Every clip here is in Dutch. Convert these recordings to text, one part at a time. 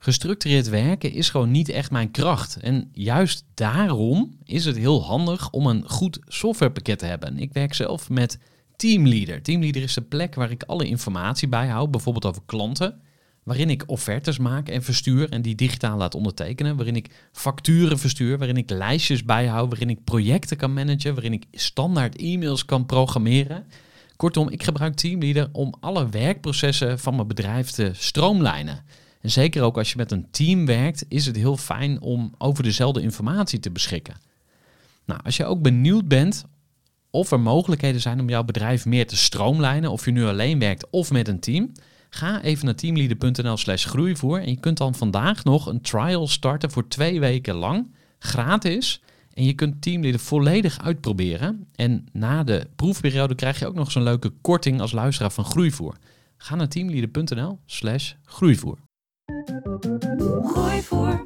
Gestructureerd werken is gewoon niet echt mijn kracht. En juist daarom is het heel handig om een goed softwarepakket te hebben. Ik werk zelf met Teamleader. Teamleader is de plek waar ik alle informatie bijhoud, bijvoorbeeld over klanten, waarin ik offertes maak en verstuur en die digitaal laat ondertekenen, waarin ik facturen verstuur, waarin ik lijstjes bijhoud, waarin ik projecten kan managen, waarin ik standaard e-mails kan programmeren. Kortom, ik gebruik Teamleader om alle werkprocessen van mijn bedrijf te stroomlijnen. En zeker ook als je met een team werkt, is het heel fijn om over dezelfde informatie te beschikken. Nou, als je ook benieuwd bent of er mogelijkheden zijn om jouw bedrijf meer te stroomlijnen, of je nu alleen werkt of met een team, ga even naar teamleader.nl/groeivoer en je kunt dan vandaag nog een trial starten voor 2 weken lang, gratis. En je kunt Teamleader volledig uitproberen. En na de proefperiode krijg je ook nog eens een leuke korting als luisteraar van Groeivoer. Ga naar teamleader.nl/groeivoer. Groeivoer.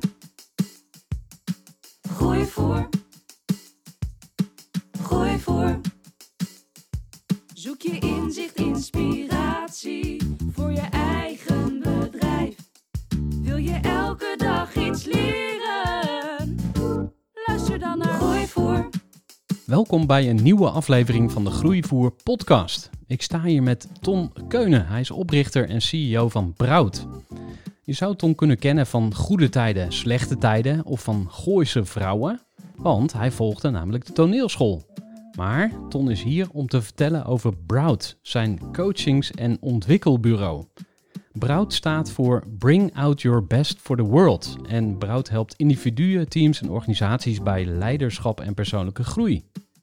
Groeivoer. Groeivoer. Zoek je inzicht, inspiratie voor je eigen bedrijf. Wil je elke dag iets leren? Luister dan naar Groeivoer. Welkom bij een nieuwe aflevering van de Groeivoer podcast. Ik sta hier met Ton Keunen. Hij is oprichter en CEO van Brout. Je zou Ton kunnen kennen van goede tijden, slechte tijden of van Gooise vrouwen, want hij volgde namelijk de toneelschool. Maar Ton is hier om te vertellen over Brout, zijn coachings- en ontwikkelbureau. Brout staat voor Bring Out Your Best for the World en Brout helpt individuen, teams en organisaties bij leiderschap en persoonlijke groei.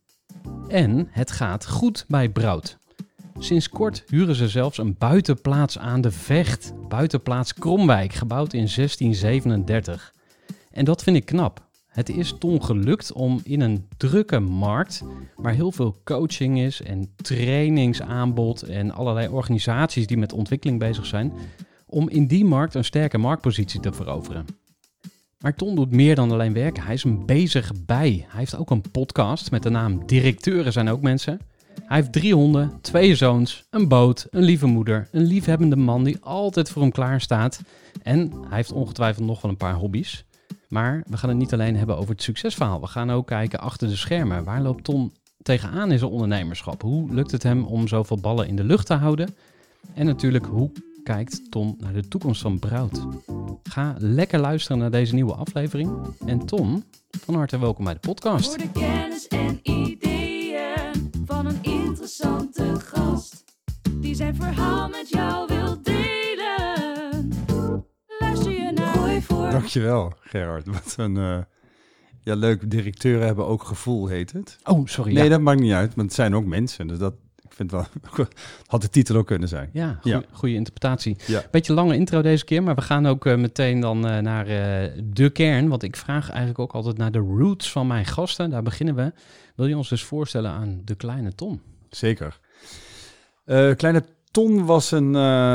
En het gaat goed bij Brout. Sinds kort huren ze zelfs een buitenplaats aan de Vecht, buitenplaats Kromwijk, gebouwd in 1637. En dat vind ik knap. Het is Ton gelukt om in een drukke markt, waar heel veel coaching is en trainingsaanbod en allerlei organisaties die met ontwikkeling bezig zijn, om in die markt een sterke marktpositie te veroveren. Maar Ton doet meer dan alleen werken, hij is een bezig bij. Hij heeft ook een podcast met de naam Directeuren zijn ook mensen. Hij heeft 3 honden, 2 zoons, een boot, een lieve moeder, een liefhebbende man die altijd voor hem klaar staat. En hij heeft ongetwijfeld nog wel een paar hobby's. Maar we gaan het niet alleen hebben over het succesverhaal. We gaan ook kijken achter de schermen. Waar loopt Ton tegenaan in zijn ondernemerschap? Hoe lukt het hem om zoveel ballen in de lucht te houden? En natuurlijk, hoe kijkt Ton naar de toekomst van Brout? Ga lekker luisteren naar deze nieuwe aflevering. En Ton, van harte welkom bij de podcast. Voor de kennis en ideeën van een interessante gast, die zijn verhaal met jou wil delen. Luister je naar Groeivoer. Dankjewel, Gerard. Wat een leuk. Directeuren hebben ook gevoel, heet het. Oh, sorry. Nee, ja. dat maakt niet uit, want het zijn ook mensen. Dus dat, ik vind wel, had de titel ook kunnen zijn. Ja, Ja. goede interpretatie. Ja. Beetje lange intro deze keer, maar we gaan ook meteen dan naar de kern. Want ik vraag eigenlijk ook altijd naar de roots van mijn gasten. Daar beginnen we. Wil je ons dus voorstellen aan de kleine Ton? Zeker. Kleine Ton was een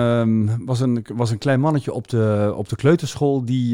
klein mannetje op de kleuterschool die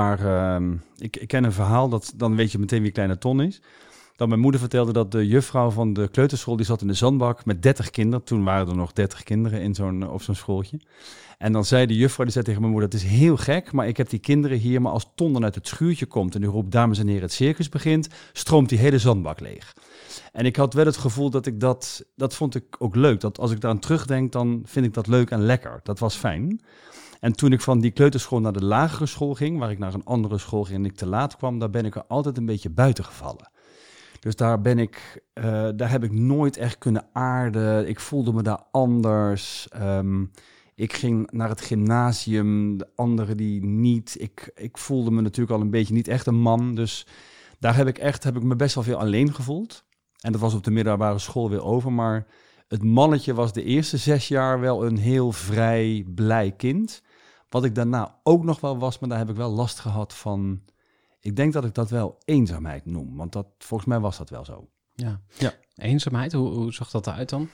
ik ken een verhaal, dan weet je meteen wie kleine Ton is. Dat mijn moeder vertelde dat de juffrouw van de kleuterschool, die zat in de zandbak met 30 kinderen. Toen waren er nog 30 kinderen op zo'n schooltje. En dan zei de juffrouw, die zei tegen mijn moeder, het is heel gek, maar ik heb die kinderen hier, maar als Ton dan uit het schuurtje komt en die roept, dames en heren, het circus begint, stroomt die hele zandbak leeg. En ik had wel het gevoel dat ik dat vond ik ook leuk. Dat als ik daaraan terugdenk, dan vind ik dat leuk en lekker. Dat was fijn. En toen ik van die kleuterschool naar de lagere school ging, waar ik naar een andere school ging en ik te laat kwam, daar ben ik er altijd een beetje buiten gevallen. Dus daar heb ik nooit echt kunnen aarden. Ik voelde me daar anders. Ik ging naar het gymnasium, de anderen die niet. Ik voelde me natuurlijk al een beetje niet echt een man. Dus daar heb ik me best wel veel alleen gevoeld. En dat was op de middelbare school weer over. Maar het mannetje was de eerste 6 jaar wel een heel vrij, blij kind. Wat ik daarna ook nog wel was, maar daar heb ik wel last gehad van. Ik denk dat ik dat wel eenzaamheid noem. Want volgens mij was dat wel zo. Ja. Ja. Eenzaamheid, hoe zag dat eruit dan?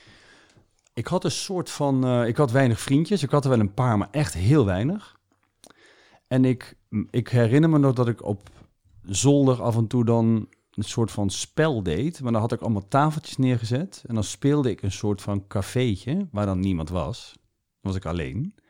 Ik had een soort van. Ik had weinig vriendjes. Ik had er wel een paar, maar echt heel weinig. En ik herinner me nog dat ik op zolder af en toe dan een soort van spel deed. Maar dan had ik allemaal tafeltjes neergezet. En dan speelde ik een soort van cafeetje, waar dan niemand was. Dan was ik alleen.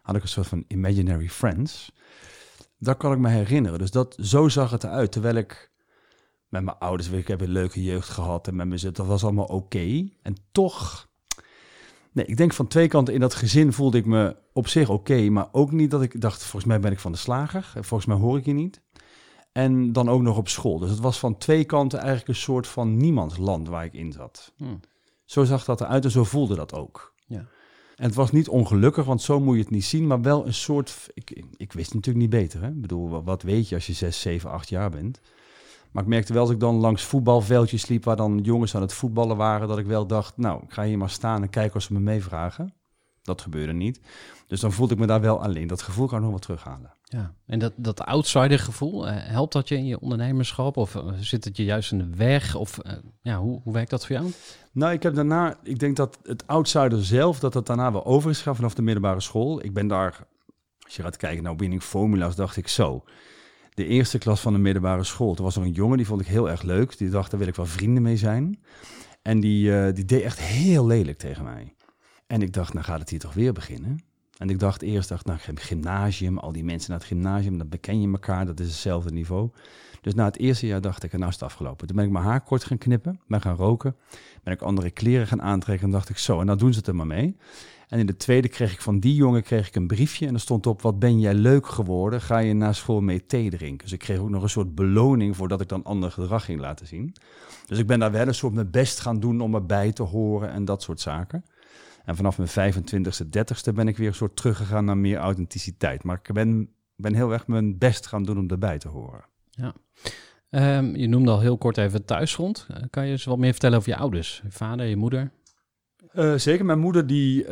had ik een soort van imaginary friends. Dat kan ik me herinneren. Dus zo zag het eruit. Terwijl ik met mijn ouders, ik heb een leuke jeugd gehad en met mijn zus, dat was allemaal oké. En toch, nee, ik denk van twee kanten in dat gezin voelde ik me op zich oké, maar ook niet dat ik dacht, volgens mij ben ik van de slager. Volgens mij hoor ik je niet. En dan ook nog op school. Dus het was van twee kanten eigenlijk een soort van niemandsland waar ik in zat. Zo zag dat eruit en zo voelde dat ook. Ja. En het was niet ongelukkig, want zo moet je het niet zien, maar wel een soort... Ik wist natuurlijk niet beter. Hè? Ik bedoel, wat weet je als je 6, 7, 8 jaar bent? Maar ik merkte wel als ik dan langs voetbalveldjes liep waar dan jongens aan het voetballen waren, dat ik wel dacht, nou, ik ga hier maar staan en kijken of ze me meevragen. Dat gebeurde niet. Dus dan voelde ik me daar wel alleen. Dat gevoel kan ik nog wel terughalen. Ja. En dat outsider-gevoel, helpt dat je in je ondernemerschap? Of zit het je juist in de weg? Of hoe werkt dat voor jou? Nou, ik denk dat het outsider zelf, dat daarna wel over is gegaan vanaf de middelbare school. Ik ben daar, als je gaat kijken naar winning formulas, dacht ik zo. De eerste klas van de middelbare school, toen was er een jongen, die vond ik heel erg leuk. Die dacht, daar wil ik wel vrienden mee zijn. En die deed echt heel lelijk tegen mij. En ik dacht, nou gaat het hier toch weer beginnen? En ik dacht eerst, gymnasium, al die mensen naar het gymnasium, dan beken je elkaar, dat is hetzelfde niveau. Dus na het eerste jaar dacht ik, nou is het afgelopen. Toen ben ik mijn haar kort gaan knippen, ben gaan roken, ben ik andere kleren gaan aantrekken en dacht ik zo, en nou doen ze het er maar mee. En in de tweede kreeg ik van die jongen een briefje en er stond op, wat ben jij leuk geworden, ga je na school mee thee drinken. Dus ik kreeg ook nog een soort beloning voordat ik dan ander gedrag ging laten zien. Dus ik ben daar wel een soort mijn best gaan doen om erbij te horen en dat soort zaken. En vanaf mijn 25e, 30e ben ik weer een soort teruggegaan naar meer authenticiteit. Maar ik ben heel erg mijn best gaan doen om erbij te horen. Ja. Je noemde al heel kort even thuisgrond. Kan je eens wat meer vertellen over je ouders? Je vader, je moeder? Zeker. Mijn moeder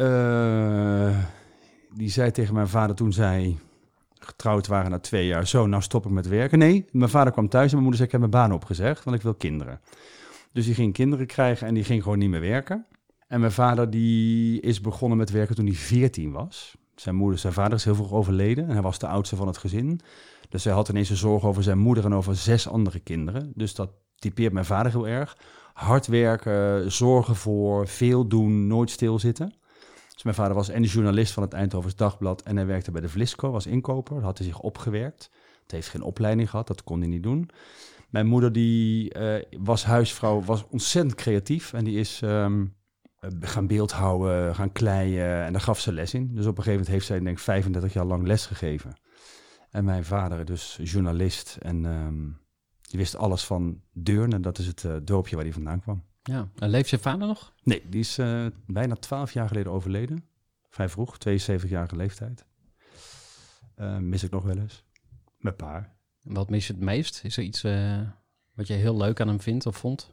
die zei tegen mijn vader toen zij getrouwd waren na 2 jaar... Zo, nou stop ik met werken. Nee, mijn vader kwam thuis en mijn moeder zei, ik heb mijn baan opgezegd, want ik wil kinderen. Dus die ging kinderen krijgen en die ging gewoon niet meer werken. En mijn vader die is begonnen met werken toen hij 14 was. Zijn vader is heel vroeg overleden en hij was de oudste van het gezin. Dus hij had ineens een zorg over zijn moeder en over 6 andere kinderen. Dus dat typeert mijn vader heel erg. Hard werken, zorgen voor, veel doen, nooit stilzitten. Dus mijn vader was en de journalist van het Eindhovens Dagblad en hij werkte bij de Vlisco, was inkoper. Dat had hij zich opgewerkt. Het heeft geen opleiding gehad, dat kon hij niet doen. Mijn moeder die was huisvrouw, was ontzettend creatief en die is... gaan beeldhouden, gaan kleien en daar gaf ze les in. Dus op een gegeven moment heeft zij denk ik 35 jaar lang les gegeven. En mijn vader dus journalist en die wist alles van Deurne. Dat is het dorpje waar hij vandaan kwam. Ja, en leeft je vader nog? Nee, die is bijna 12 jaar geleden overleden. Vrij vroeg, 72-jarige leeftijd. Mis ik nog wel eens. Mijn pa. Wat mis je het meest? Is er iets wat je heel leuk aan hem vindt of vond?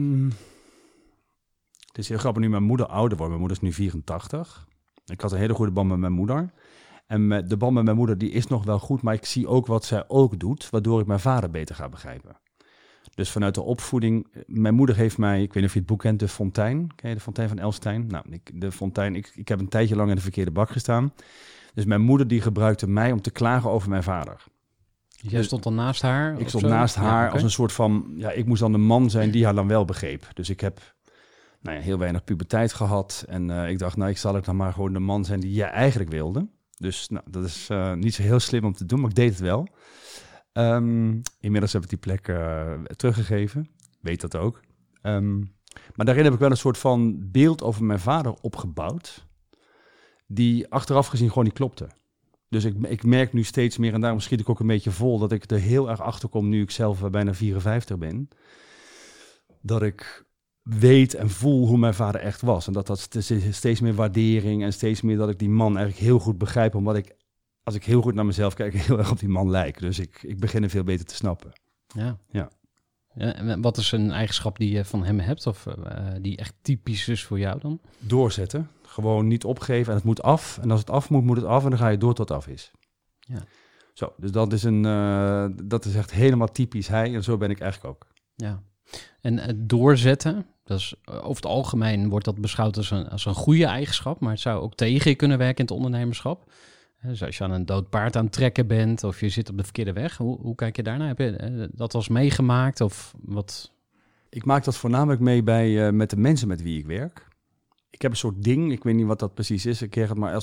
Het is heel grappig nu mijn moeder ouder wordt. Mijn moeder is nu 84. Ik had een hele goede band met mijn moeder. En de band met mijn moeder die is nog wel goed, maar ik zie ook wat zij ook doet, waardoor ik mijn vader beter ga begrijpen. Dus vanuit de opvoeding, mijn moeder heeft mij, ik weet niet of je het boek kent, De Fontein. Ken je De Fontein van Elstein? Nou, De Fontein, ik heb een tijdje lang in de verkeerde bak gestaan. Dus mijn moeder die gebruikte mij om te klagen over mijn vader. Jij stond dan naast haar? Ik stond naast haar als een soort van, ik moest dan de man zijn die haar dan wel begreep. Dus ik heb heel weinig puberteit gehad. En ik dacht, ik zal ik dan maar gewoon de man zijn die jij eigenlijk wilde. Dus dat is niet zo heel slim om te doen, maar ik deed het wel. Inmiddels heb ik die plek teruggegeven. Weet dat ook. Maar daarin heb ik wel een soort van beeld over mijn vader opgebouwd. Die achteraf gezien gewoon niet klopte. Dus ik merk nu steeds meer, en daarom schiet ik ook een beetje vol, dat ik er heel erg achter kom nu ik zelf bijna 54 ben. Dat ik weet en voel hoe mijn vader echt was. En dat steeds meer waardering en steeds meer dat ik die man eigenlijk heel goed begrijp. Omdat ik, als ik heel goed naar mezelf kijk, heel erg op die man lijk. Dus ik begin er veel beter te snappen. Ja, en wat is een eigenschap die je van hem hebt? Of die echt typisch is voor jou dan? Doorzetten. Gewoon niet opgeven en het moet af. En als het af moet, moet het af en dan ga je door tot het af is. Ja. Zo, dus dat is echt helemaal typisch hij. En zo ben ik eigenlijk ook. Ja. En het doorzetten, dat is, over het algemeen wordt dat beschouwd als een goede eigenschap, maar het zou ook tegen je kunnen werken in het ondernemerschap. Dus als je aan een dood paard aan het trekken bent of je zit op de verkeerde weg, hoe kijk je daarnaar? Heb je dat al eens meegemaakt of wat? Ik maak dat voornamelijk mee met de mensen met wie ik werk. Ik heb een soort ding, ik weet niet wat dat precies is. Ik krijg het maar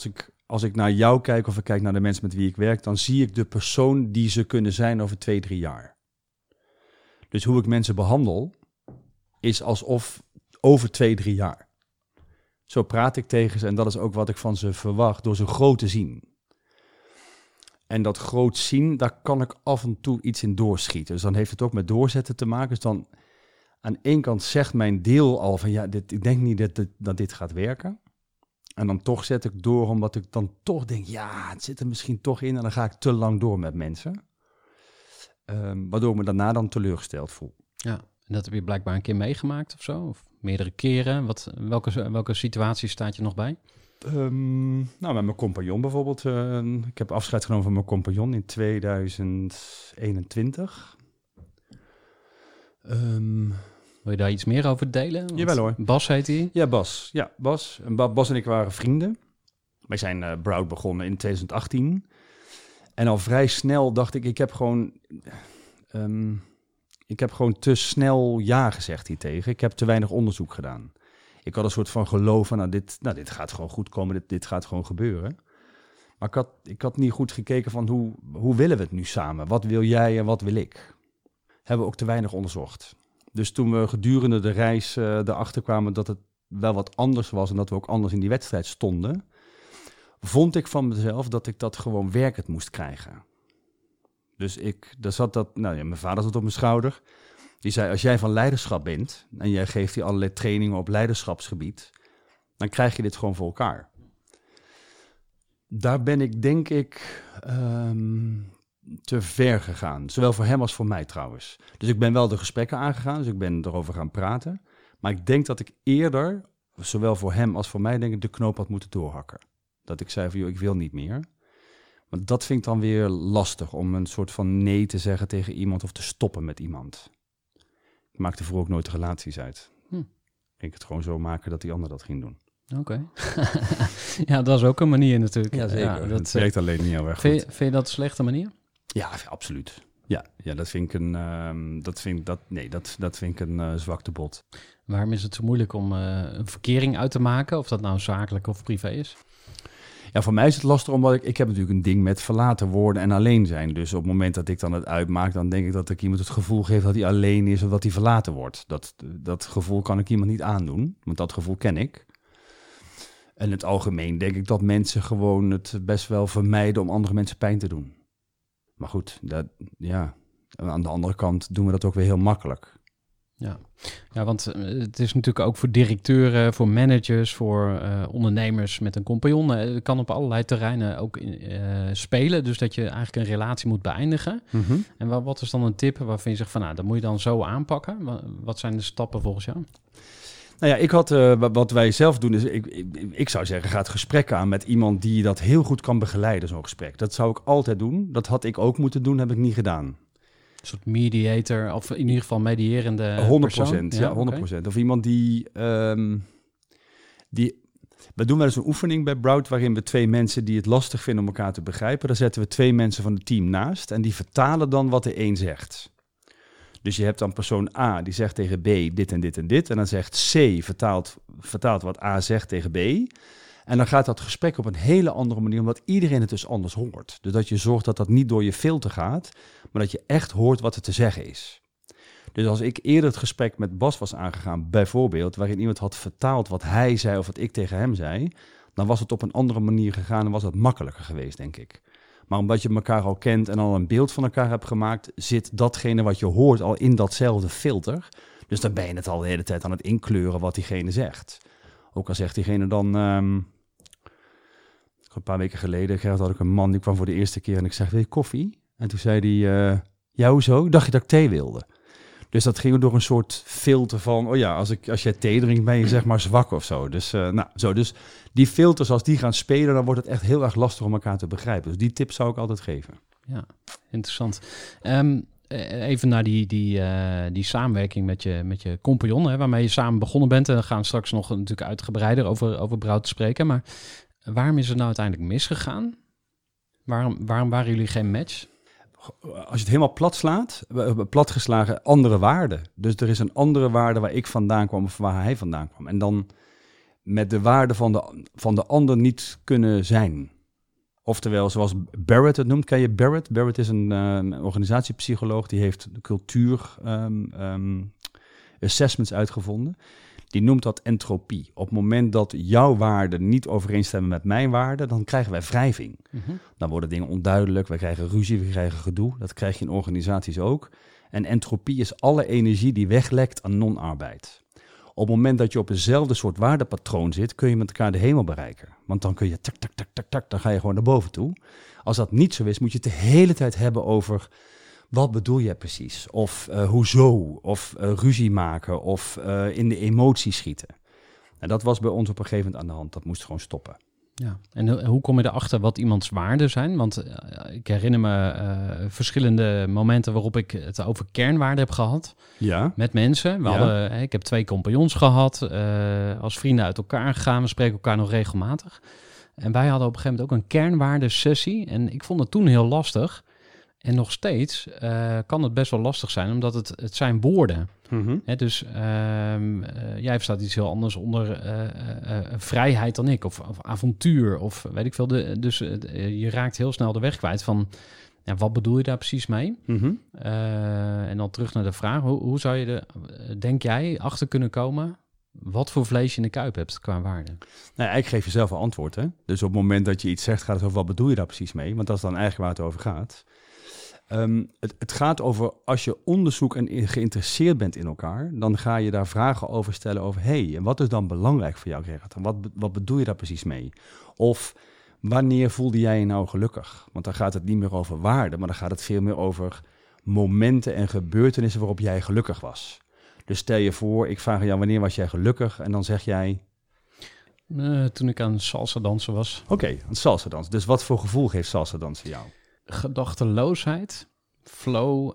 als ik naar jou kijk of ik kijk naar de mensen met wie ik werk, dan zie ik de persoon die ze kunnen zijn over 2-3 jaar. Dus hoe ik mensen behandel, is alsof over 2-3 jaar. Zo praat ik tegen ze en dat is ook wat ik van ze verwacht, door ze groot te zien. En dat groot zien, daar kan ik af en toe iets in doorschieten. Dus dan heeft het ook met doorzetten te maken. Dus dan aan één kant zegt mijn deel al van ik denk niet dat dit gaat werken. En dan toch zet ik door, omdat ik dan toch denk, het zit er misschien toch in. En dan ga ik te lang door met mensen. Waardoor ik me daarna dan teleurgesteld voel. Ja, en dat heb je blijkbaar een keer meegemaakt of zo? Of meerdere keren? Welke situatie staat je nog bij? Met mijn compagnon bijvoorbeeld. Ik heb afscheid genomen van mijn compagnon in 2021. Wil je daar iets meer over delen? Want Jawel hoor. Bas heet hij? Ja, Bas. Ja, Bas. En Bas en ik waren vrienden. Wij zijn Brout begonnen in 2018. En al vrij snel dacht ik, ik heb gewoon te snel ja gezegd hiertegen. Ik heb te weinig onderzoek gedaan. Ik had een soort van geloof van, dit gaat gewoon goed komen, dit gaat gewoon gebeuren. Maar ik had niet goed gekeken van, hoe willen we het nu samen? Wat wil jij en wat wil ik? Hebben we ook te weinig onderzocht. Dus toen we gedurende de reis erachter kwamen dat het wel wat anders was en dat we ook anders in die wedstrijd stonden, vond ik van mezelf dat ik dat gewoon werkend moest krijgen. Dus mijn vader zat op mijn schouder. Die zei, als jij van leiderschap bent en jij geeft die allerlei trainingen op leiderschapsgebied, dan krijg je dit gewoon voor elkaar. Daar ben ik, denk ik, te ver gegaan. Zowel voor hem als voor mij trouwens. Dus ik ben wel de gesprekken aangegaan, dus ik ben erover gaan praten. Maar ik denk dat ik eerder, zowel voor hem als voor mij, denk ik, de knoop had moeten doorhakken. Dat ik zei van, ik wil niet meer. Maar dat vind ik dan weer lastig, om een soort van nee te zeggen tegen iemand of te stoppen met iemand. Ik maakte vroeger ook nooit de relaties uit. Ik ging het gewoon zo maken dat die ander dat ging doen. Oké. Ja, dat is ook een manier natuurlijk. Ja, zeker. Ja, dat werkt alleen niet heel erg goed. Vind je dat een slechte manier? Ja, absoluut. Ja, dat vind ik een zwakte bot. Waarom is het zo moeilijk om een verkering uit te maken? Of dat nou zakelijk of privé is? Ja, voor mij is het lastig omdat ik heb natuurlijk een ding met verlaten worden en alleen zijn. Dus op het moment dat ik dan het uitmaak, dan denk ik dat ik iemand het gevoel geef dat hij alleen is of dat hij verlaten wordt. Dat gevoel kan ik iemand niet aandoen, want dat gevoel ken ik. En in het algemeen denk ik dat mensen gewoon het best wel vermijden om andere mensen pijn te doen. Maar goed, aan de andere kant doen we dat ook weer heel makkelijk. Ja, want het is natuurlijk ook voor directeuren, voor managers, voor ondernemers met een compagnon. Het kan op allerlei terreinen ook spelen. Dus dat je eigenlijk een relatie moet beëindigen. Mm-hmm. En wat is dan een tip waarvan je zegt van, dat moet je dan zo aanpakken? Wat zijn de stappen volgens jou? Nou ja, ik had, wat wij zelf doen is, ik zou zeggen, ga het gesprek aan met iemand die dat heel goed kan begeleiden, zo'n gesprek. Dat zou ik altijd doen. Dat had ik ook moeten doen, heb ik niet gedaan. Een soort mediator, of in ieder geval medierende 100%, persoon? ja, 100%. Okay. Of iemand die... We doen wel eens een oefening bij Brout, waarin we 2 mensen die het lastig vinden om elkaar te begrijpen, daar zetten we 2 mensen van het team naast en die vertalen dan wat de een zegt. Dus je hebt dan persoon A, die zegt tegen B dit en dit en dit. En dan zegt C, vertaalt wat A zegt tegen B. En dan gaat dat gesprek op een hele andere manier, omdat iedereen het dus anders hoort. Dus dat je zorgt dat dat niet door je filter gaat, maar dat je echt hoort wat er te zeggen is. Dus als ik eerder het gesprek met Bas was aangegaan, bijvoorbeeld, waarin iemand had vertaald wat hij zei of wat ik tegen hem zei, dan was het op een andere manier gegaan en was het makkelijker geweest, denk ik. Maar omdat je elkaar al kent en al een beeld van elkaar hebt gemaakt, zit datgene wat je hoort al in datzelfde filter. Dus dan ben je het al de hele tijd aan het inkleuren wat diegene zegt. Ook al zegt diegene dan... een paar weken geleden had ik een man, die kwam voor de eerste keer en ik zei, wil je koffie? En toen zei hij, ja, hoezo? Dacht je dat ik thee wilde? Dus dat ging door een soort filter van, als jij thee drinkt, ben je zeg maar zwak of zo. Dus, dus die filters, als die gaan spelen, dan wordt het echt heel erg lastig om elkaar te begrijpen. Dus die tip zou ik altijd geven. Ja, interessant. Even naar die samenwerking met je compagnon, hè, waarmee je samen begonnen bent. En dan gaan we straks nog natuurlijk uitgebreider over Brout te spreken. Maar waarom is het nou uiteindelijk misgegaan? Waarom waren jullie geen match? Als je het helemaal platgeslagen, andere waarden. Dus er is een andere waarde waar ik vandaan kwam of waar hij vandaan kwam. En dan met de waarde van de ander niet kunnen zijn. Oftewel, zoals Barrett het noemt. Ken je Barrett? Barrett is een organisatiepsycholoog. Die heeft de cultuur assessments uitgevonden. Die noemt dat entropie. Op het moment dat jouw waarden niet overeenstemmen met mijn waarden, dan krijgen wij wrijving. Mhm. Dan worden dingen onduidelijk, we krijgen ruzie, we krijgen gedoe. Dat krijg je in organisaties ook. En entropie is alle energie die weglekt aan non-arbeid. Op het moment dat je op eenzelfde soort waardepatroon zit, kun je met elkaar de hemel bereiken. Want dan kun je tak, tak, tak, tak, tak, dan ga je gewoon naar boven toe. Als dat niet zo is, moet je het de hele tijd hebben over wat bedoel je precies? Of hoezo? Of ruzie maken? Of in de emotie schieten? Nou, dat was bij ons op een gegeven moment aan de hand. Dat moest gewoon stoppen. Ja. En hoe kom je erachter wat iemands waarden zijn? Want ik herinner me verschillende momenten waarop ik het over kernwaarden heb gehad. Ja. Met mensen. Ik heb 2 compagnons gehad. Als vrienden uit elkaar gegaan. We spreken elkaar nog regelmatig. En wij hadden op een gegeven moment ook een kernwaardesessie. En ik vond het toen heel lastig. En nog steeds kan het best wel lastig zijn, omdat het zijn woorden. Mm-hmm. Hè, dus jij verstaat iets heel anders onder vrijheid dan ik. Of avontuur, of weet ik veel. Dus je raakt heel snel de weg kwijt van, ja, wat bedoel je daar precies mee? Mm-hmm. En dan terug naar de vraag, hoe zou je denk jij, achter kunnen komen wat voor vlees je in de kuip hebt qua waarde? Nou, ik geef je zelf een antwoord. Hè? Dus op het moment dat je iets zegt, gaat het over wat bedoel je daar precies mee? Want dat is dan eigenlijk waar het over gaat. Het gaat over, als je onderzoek en geïnteresseerd bent in elkaar, dan ga je daar vragen over stellen over, en wat is dan belangrijk voor jou, Gerard? Wat bedoel je daar precies mee? Of wanneer voelde jij je nou gelukkig? Want dan gaat het niet meer over waarde, maar dan gaat het veel meer over momenten en gebeurtenissen waarop jij gelukkig was. Dus stel je voor, ik vraag aan jou, wanneer was jij gelukkig? En dan zeg jij, toen ik aan salsa dansen was. Oké, aan salsa dansen. Dus wat voor gevoel geeft salsa dansen jou? Gedachteloosheid, flow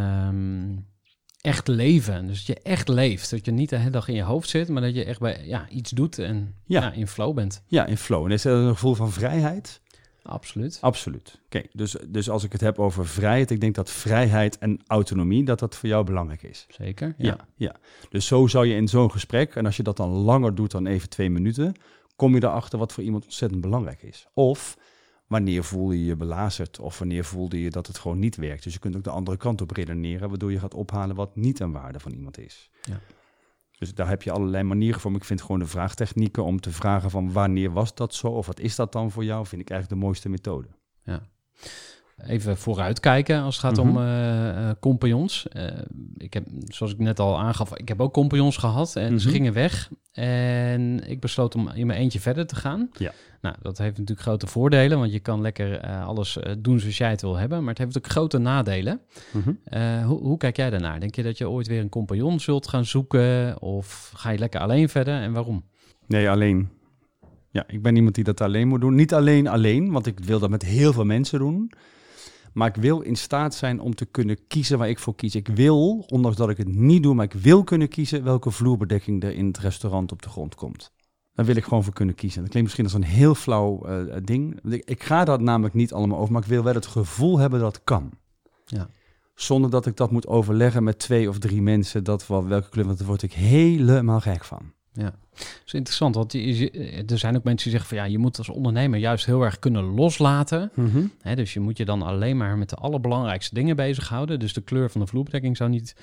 en echt leven. Dus dat je echt leeft. Dat je niet de hele dag in je hoofd zit, maar dat je echt bij iets doet en in flow bent. Ja, in flow. En is dat een gevoel van vrijheid? Absoluut. Absoluut. Oké, dus als ik het heb over vrijheid, ik denk dat vrijheid en autonomie, dat voor jou belangrijk is. Zeker, ja. Dus zo zou je in zo'n gesprek, en als je dat dan langer doet dan even 2 minuten, kom je erachter wat voor iemand ontzettend belangrijk is. Of wanneer voel je je belazerd, of wanneer voelde je dat het gewoon niet werkt. Dus je kunt ook de andere kant op redeneren, waardoor je gaat ophalen wat niet een waarde van iemand is. Ja. Dus daar heb je allerlei manieren voor. Maar ik vind gewoon de vraagtechnieken om te vragen van wanneer was dat zo, of wat is dat dan voor jou, vind ik eigenlijk de mooiste methode. Ja. Even vooruitkijken als het gaat om compagnons. Ik heb, zoals ik net al aangaf, ik heb ook compagnons gehad en ze gingen weg. En ik besloot om in mijn eentje verder te gaan. Ja. Nou, dat heeft natuurlijk grote voordelen, want je kan lekker alles doen zoals jij het wil hebben. Maar het heeft ook grote nadelen. Hoe kijk jij daarnaar? Denk je dat je ooit weer een compagnon zult gaan zoeken? Of ga je lekker alleen verder en waarom? Nee, alleen. Ja, ik ben iemand die dat alleen moet doen. Niet alleen, want ik wil dat met heel veel mensen doen. Maar ik wil in staat zijn om te kunnen kiezen waar ik voor kies. Ik wil, ondanks dat ik het niet doe, maar ik wil kunnen kiezen welke vloerbedekking er in het restaurant op de grond komt. Daar wil ik gewoon voor kunnen kiezen. Dat klinkt misschien als een heel flauw ding. Ik ga dat namelijk niet allemaal over, maar ik wil wel het gevoel hebben dat het kan. Ja. Zonder dat ik dat moet overleggen met 2 of 3 mensen, welke kleur, want daar word ik helemaal gek van. Ja, dat is interessant, want er zijn ook mensen die zeggen van je moet als ondernemer juist heel erg kunnen loslaten. Dus je moet je dan alleen maar met de allerbelangrijkste dingen bezighouden. Dus de kleur van de vloerbedekking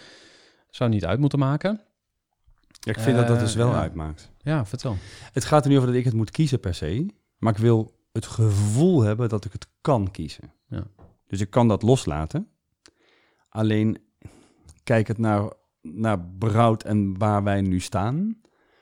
zou niet uit moeten maken. Ja, ik vind dat dus wel uitmaakt. Ja, vertel. Het gaat er niet over dat ik het moet kiezen per se, maar ik wil het gevoel hebben dat ik het kan kiezen. Ja. Dus ik kan dat loslaten. Alleen kijk het naar Brout en waar wij nu staan,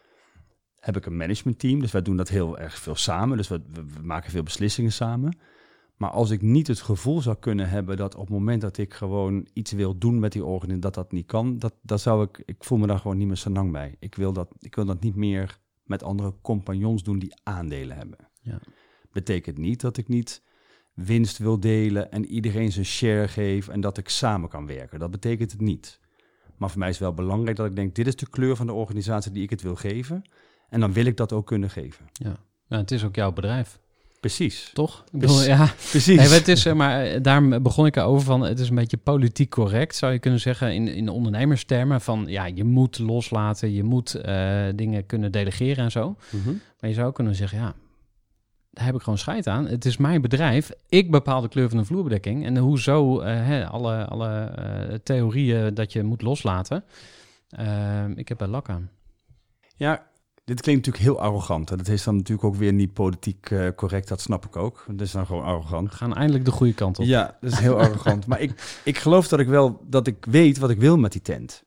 heb ik een managementteam, dus wij doen dat heel erg veel samen. Dus we maken veel beslissingen samen. Maar als ik niet het gevoel zou kunnen hebben dat op het moment dat ik gewoon iets wil doen met die organisatie, dat niet kan, ik voel me daar gewoon niet meer zo lang bij. Ik wil dat niet meer met andere compagnons doen die aandelen hebben. Ja. Betekent niet dat ik niet winst wil delen en iedereen zijn share geef en dat ik samen kan werken. Dat betekent het niet. Maar voor mij is het wel belangrijk dat ik denk, dit is de kleur van de organisatie die ik het wil geven. En dan wil ik dat ook kunnen geven. Ja, het is ook jouw bedrijf. Precies. Toch? Ik bedoel, precies. Nee, het is, maar daar begon ik over van, het is een beetje politiek correct, zou je kunnen zeggen, in ondernemerstermen van, je moet loslaten, je moet dingen kunnen delegeren en zo. Maar je zou kunnen zeggen, daar heb ik gewoon scheid aan. Het is mijn bedrijf. Ik bepaal de kleur van de vloerbedekking. En hoezo alle theorieën dat je moet loslaten. Ik heb er lak aan. Ja, dit klinkt natuurlijk heel arrogant. En dat is dan natuurlijk ook weer niet politiek correct. Dat snap ik ook. Dat is dan gewoon arrogant. We gaan eindelijk de goede kant op. Ja, dat is heel arrogant. Maar ik geloof dat ik weet wat ik wil met die tent.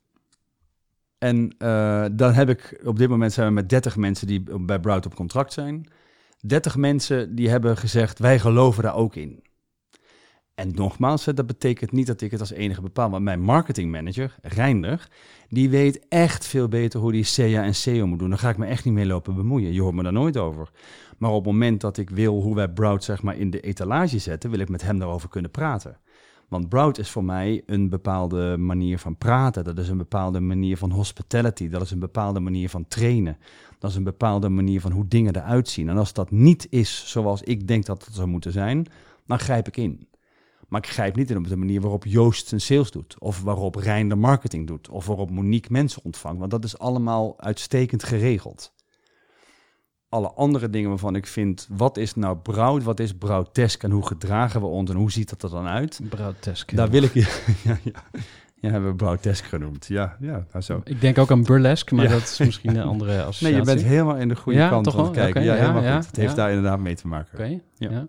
En dan heb ik, op dit moment zijn we met 30 mensen die bij Brout op contract zijn. 30 mensen die hebben gezegd, wij geloven daar ook in. En nogmaals, dat betekent niet dat ik het als enige bepaal. Want mijn marketingmanager, Reinder, die weet echt veel beter hoe die SEA en SEO moet doen. Daar ga ik me echt niet mee lopen bemoeien. Je hoort me daar nooit over. Maar op het moment dat ik wil hoe wij Brout zeg maar in de etalage zetten, wil ik met hem daarover kunnen praten. Want Brout is voor mij een bepaalde manier van praten. Dat is een bepaalde manier van hospitality. Dat is een bepaalde manier van trainen. Dat is een bepaalde manier van hoe dingen eruit zien. En als dat niet is zoals ik denk dat het zou moeten zijn, dan grijp ik in. Maar ik grijp niet in op de manier waarop Joost zijn sales doet. Of waarop Rijn de marketing doet. Of waarop Monique mensen ontvangt. Want dat is allemaal uitstekend geregeld. Alle andere dingen waarvan ik vind, wat is nou Brout, wat is Broutesk en hoe gedragen we ons en hoe ziet dat er dan uit? Broutesk. Daar wil ik ja, hebben we Broutesk genoemd. Ja, nou zo. Ik denk ook aan burlesque, maar Ja. dat is misschien een andere associatie. Nee, je bent helemaal in de goede Ja, kant toch van het wel? kijken. Oké, ja, helemaal ja, goed. Het heeft daar inderdaad mee te maken. Oké, Ja.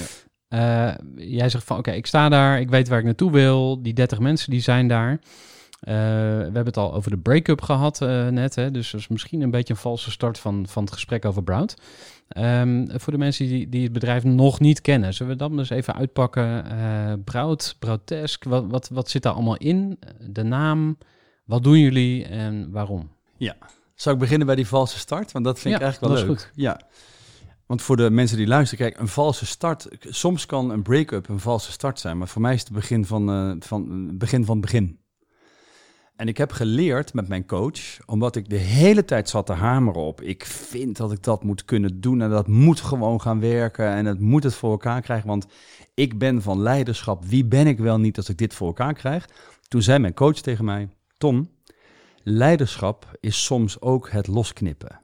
Jij zegt van, oké, ik sta daar, ik weet waar ik naartoe wil. Die 30 mensen, die zijn daar. We hebben het al over de break-up gehad net, hè? Dus dat is misschien een beetje een valse start van het gesprek over Brout. Voor de mensen die het bedrijf nog niet kennen, zullen we dat eens even uitpakken? Brout, Broutesk, wat zit daar allemaal in? De naam, wat doen jullie en waarom? Zou ik beginnen bij die valse start? Want dat vind ik eigenlijk wel dat leuk. is goed. Ja. Want voor de mensen die luisteren, kijk, een valse start, soms kan een break-up een valse start zijn, maar voor mij is het begin van het begin. En ik heb geleerd met mijn coach, omdat ik de hele tijd zat te hameren op, ik vind dat ik dat moet kunnen doen en dat moet gewoon gaan werken en het moet het voor elkaar krijgen, want ik ben van leiderschap, wie ben ik wel niet als ik dit voor elkaar krijg? Toen zei mijn coach tegen mij, Tom, leiderschap is soms ook het losknippen.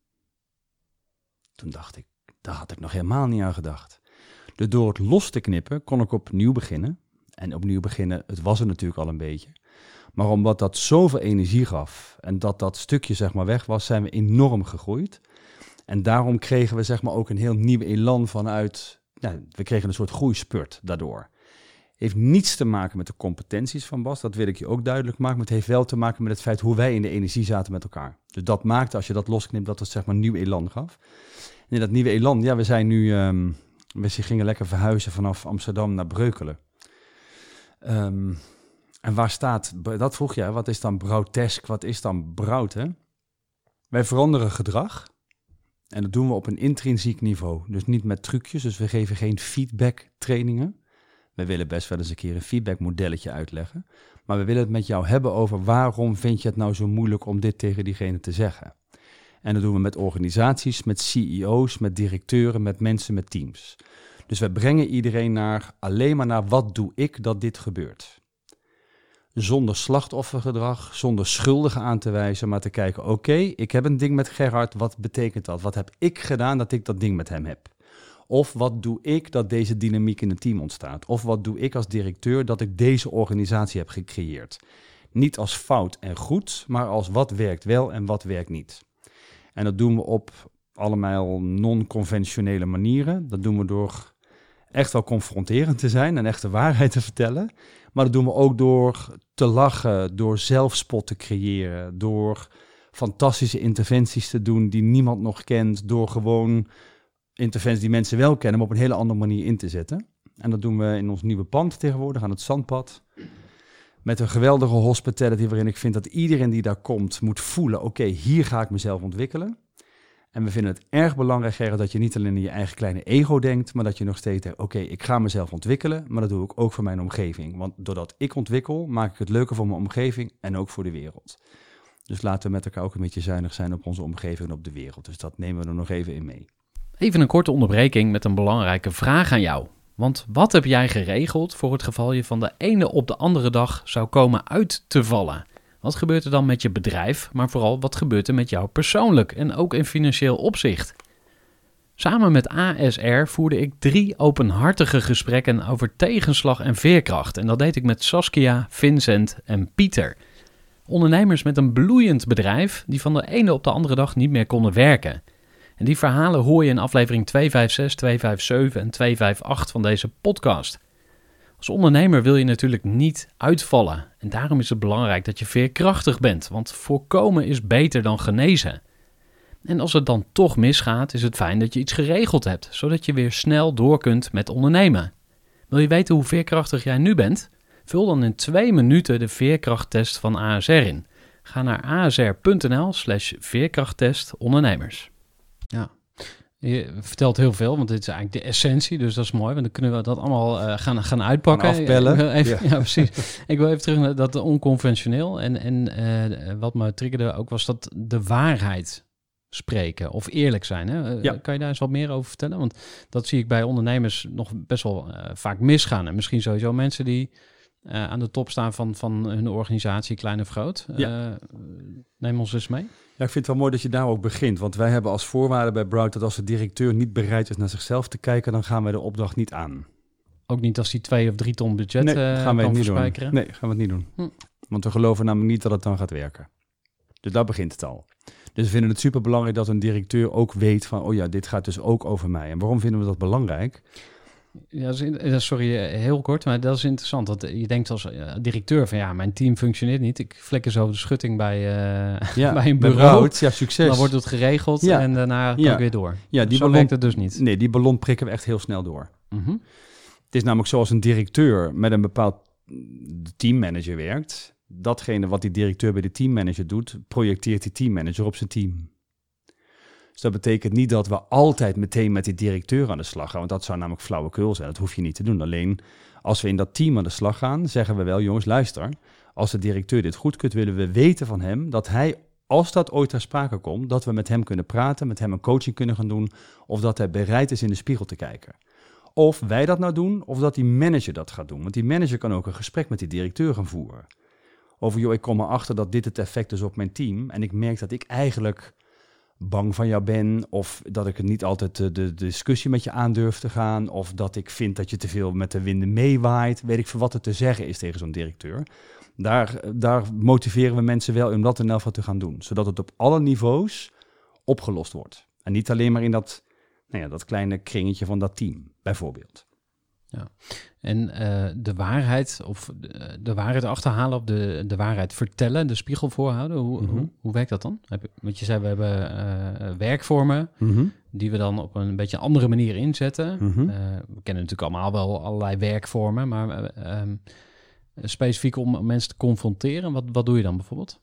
Toen dacht ik, daar had ik nog helemaal niet aan gedacht. Dus door het los te knippen kon ik opnieuw beginnen. En opnieuw beginnen, het was er natuurlijk al een beetje. Maar omdat dat zoveel energie gaf en dat stukje zeg maar weg was, zijn we enorm gegroeid. En daarom kregen we zeg maar ook een heel nieuw elan vanuit, we kregen een soort groeispurt daardoor. Heeft niets te maken met de competenties van Bas, dat wil ik je ook duidelijk maken. Maar het heeft wel te maken met het feit hoe wij in de energie zaten met elkaar. Dus dat maakte, als je dat losknipt, dat het zeg maar nieuw elan gaf. En in dat nieuwe elan, we zijn nu, we gingen lekker verhuizen vanaf Amsterdam naar Breukelen. En waar staat, dat vroeg je, wat is dan Broutesk, wat is dan Brout, hè? Wij veranderen gedrag en dat doen we op een intrinsiek niveau. Dus niet met trucjes, dus we geven geen feedback trainingen. We willen best wel eens een keer een feedbackmodelletje uitleggen. Maar we willen het met jou hebben over waarom vind je het nou zo moeilijk om dit tegen diegene te zeggen. En dat doen we met organisaties, met CEO's, met directeuren, met mensen, met teams. Dus we brengen iedereen alleen maar naar wat doe ik dat dit gebeurt. Zonder slachtoffergedrag, zonder schuldigen aan te wijzen, maar te kijken, oké, ik heb een ding met Gerhard, wat betekent dat? Wat heb ik gedaan dat ik dat ding met hem heb? Of wat doe ik dat deze dynamiek in het team ontstaat? Of wat doe ik als directeur dat ik deze organisatie heb gecreëerd? Niet als fout en goed, maar als wat werkt wel en wat werkt niet. En dat doen we op allemaal non-conventionele manieren. Dat doen we door echt wel confronterend te zijn en echt de waarheid te vertellen. Maar dat doen we ook door te lachen, door zelfspot te creëren, door fantastische interventies te doen die niemand nog kent, door gewoon interventies die mensen wel kennen, maar op een hele andere manier in te zetten. En dat doen we in ons nieuwe pand tegenwoordig aan het Zandpad. Met een geweldige hospitality waarin ik vind dat iedereen die daar komt moet voelen, oké, hier ga ik mezelf ontwikkelen. En we vinden het erg belangrijk, Gerrit, dat je niet alleen in je eigen kleine ego denkt, maar dat je nog steeds denkt, oké, ik ga mezelf ontwikkelen, maar dat doe ik ook voor mijn omgeving. Want doordat ik ontwikkel, maak ik het leuker voor mijn omgeving en ook voor de wereld. Dus laten we met elkaar ook een beetje zuinig zijn op onze omgeving en op de wereld. Dus dat nemen we er nog even in mee. Even een korte onderbreking met een belangrijke vraag aan jou. Want wat heb jij geregeld voor het geval je van de ene op de andere dag zou komen uit te vallen? Wat gebeurt er dan met je bedrijf, maar vooral wat gebeurt er met jou persoonlijk en ook in financieel opzicht? Samen met ASR voerde ik 3 openhartige gesprekken over tegenslag en veerkracht. En dat deed ik met Saskia, Vincent en Pieter. Ondernemers met een bloeiend bedrijf die van de ene op de andere dag niet meer konden werken. En die verhalen hoor je in aflevering 256, 257 en 258 van deze podcast. Als ondernemer wil je natuurlijk niet uitvallen. En daarom is het belangrijk dat je veerkrachtig bent, want voorkomen is beter dan genezen. En als het dan toch misgaat, is het fijn dat je iets geregeld hebt, zodat je weer snel door kunt met ondernemen. Wil je weten hoe veerkrachtig jij nu bent? Vul dan in 2 minuten de veerkrachttest van ASR in. Ga naar asr.nl/veerkrachttest ondernemers. Ja, je vertelt heel veel, want dit is eigenlijk de essentie, dus dat is mooi. Want dan kunnen we dat allemaal gaan uitpakken. Afpellen. Ja, precies. Ik wil even terug naar dat onconventioneel. En wat me triggerde ook was dat de waarheid spreken of eerlijk zijn. Hè? Kan je daar eens wat meer over vertellen? Want dat zie ik bij ondernemers nog best wel vaak misgaan. En misschien sowieso mensen die aan de top staan van hun organisatie, klein of groot. Neem ons eens mee. Ja, ik vind het wel mooi dat je daar ook begint. Want wij hebben als voorwaarde bij Brout dat als de directeur niet bereid is naar zichzelf te kijken, dan gaan wij de opdracht niet aan. Ook niet als die 2 of 3 ton budget gaan wij kan niet verspijkeren? doen. Nee, gaan we het niet doen. Want we geloven namelijk niet dat het dan gaat werken. Dus daar begint het al. Dus we vinden het superbelangrijk dat een directeur ook weet van, oh ja, dit gaat dus ook over mij. En waarom vinden we dat belangrijk? Ja, sorry, heel kort, maar dat is interessant. Dat je denkt als directeur van, ja, mijn team functioneert niet. Ik flikker zo de schutting bij een bureau. Ja, succes. Dan wordt het geregeld en daarna kan ik weer door. Ja, Zo werkt het dus niet. Nee, die ballon prikken we echt heel snel door. Mm-hmm. Het is namelijk zoals een directeur met een bepaald teammanager werkt. Datgene wat die directeur bij de teammanager doet, projecteert die teammanager op zijn team. Dus dat betekent niet dat we altijd meteen met die directeur aan de slag gaan, want dat zou namelijk flauwekul zijn. Dat hoef je niet te doen. Alleen als we in dat team aan de slag gaan, zeggen we wel, jongens, luister. Als de directeur dit goedkeurt, willen we weten van hem dat hij, als dat ooit ter sprake komt, dat we met hem kunnen praten, met hem een coaching kunnen gaan doen, of dat hij bereid is in de spiegel te kijken. Of wij dat nou doen, of dat die manager dat gaat doen. Want die manager kan ook een gesprek met die directeur gaan voeren. Over, joh, ik kom erachter dat dit het effect is op mijn team. En ik merk dat ik eigenlijk bang van jou ben. Of dat ik niet altijd de discussie met je aandurf te gaan. Of dat ik vind dat je te veel met de winden meewaait. Weet ik veel wat er te zeggen is tegen zo'n directeur. Daar motiveren we mensen wel om dat in elk geval te gaan doen. Zodat het op alle niveaus opgelost wordt. En niet alleen maar in dat kleine kringetje van dat team, bijvoorbeeld. Ja. En de waarheid of de waarheid achterhalen of de waarheid vertellen, de spiegel voorhouden, hoe werkt dat dan? Want je zei, we hebben werkvormen die we dan op een beetje andere manier inzetten. We kennen natuurlijk allemaal wel allerlei werkvormen, maar specifiek om mensen te confronteren, wat doe je dan bijvoorbeeld?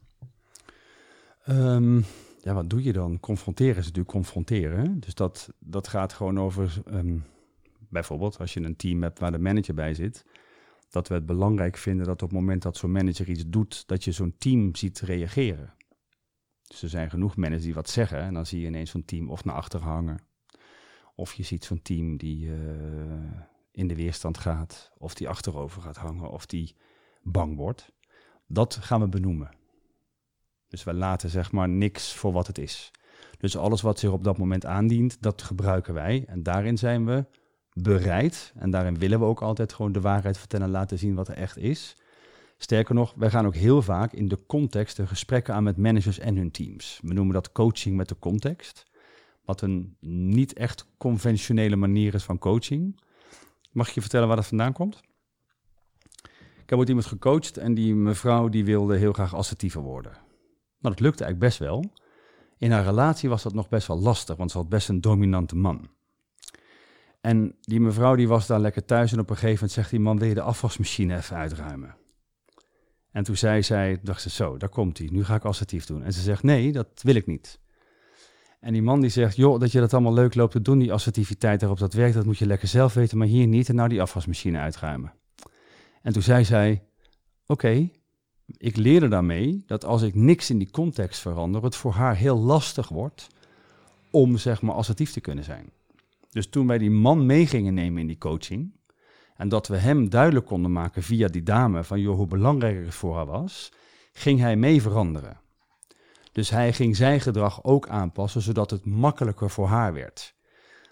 Wat doe je dan? Confronteren is natuurlijk confronteren. Hè? Dus dat gaat gewoon over, bijvoorbeeld als je een team hebt waar de manager bij zit, dat we het belangrijk vinden dat op het moment dat zo'n manager iets doet, dat je zo'n team ziet reageren. Dus er zijn genoeg managers die wat zeggen en dan zie je ineens zo'n team of naar achter hangen. Of je ziet zo'n team die in de weerstand gaat, of die achterover gaat hangen, of die bang wordt. Dat gaan we benoemen. Dus we laten zeg maar niks voor wat het is. Dus alles wat zich op dat moment aandient, dat gebruiken wij. En daarin zijn we bereid. En daarin willen we ook altijd gewoon de waarheid vertellen en laten zien wat er echt is. Sterker nog, wij gaan ook heel vaak in de context de gesprekken aan met managers en hun teams. We noemen dat coaching met de context. Wat een niet echt conventionele manier is van coaching. Mag ik je vertellen waar dat vandaan komt? Ik heb ooit iemand gecoacht en die mevrouw die wilde heel graag assertiever worden. Nou, dat lukte eigenlijk best wel. In haar relatie was dat nog best wel lastig, want ze had best een dominante man. En die mevrouw die was daar lekker thuis en op een gegeven moment zegt die man, wil je de afwasmachine even uitruimen? En toen zei zij, dacht ze zo, daar komt hij, nu ga ik assertief doen. En ze zegt, nee, dat wil ik niet. En die man die zegt, joh, dat je dat allemaal leuk loopt te doen, die assertiviteit daarop, dat werkt, dat moet je lekker zelf weten, maar hier niet en nou die afwasmachine uitruimen. En toen zei zij, oké, ik leerde daarmee dat als ik niks in die context verander, het voor haar heel lastig wordt om zeg maar assertief te kunnen zijn. Dus toen wij die man mee gingen nemen in die coaching en dat we hem duidelijk konden maken via die dame van joh, hoe belangrijk het voor haar was, ging hij mee veranderen. Dus hij ging zijn gedrag ook aanpassen zodat het makkelijker voor haar werd.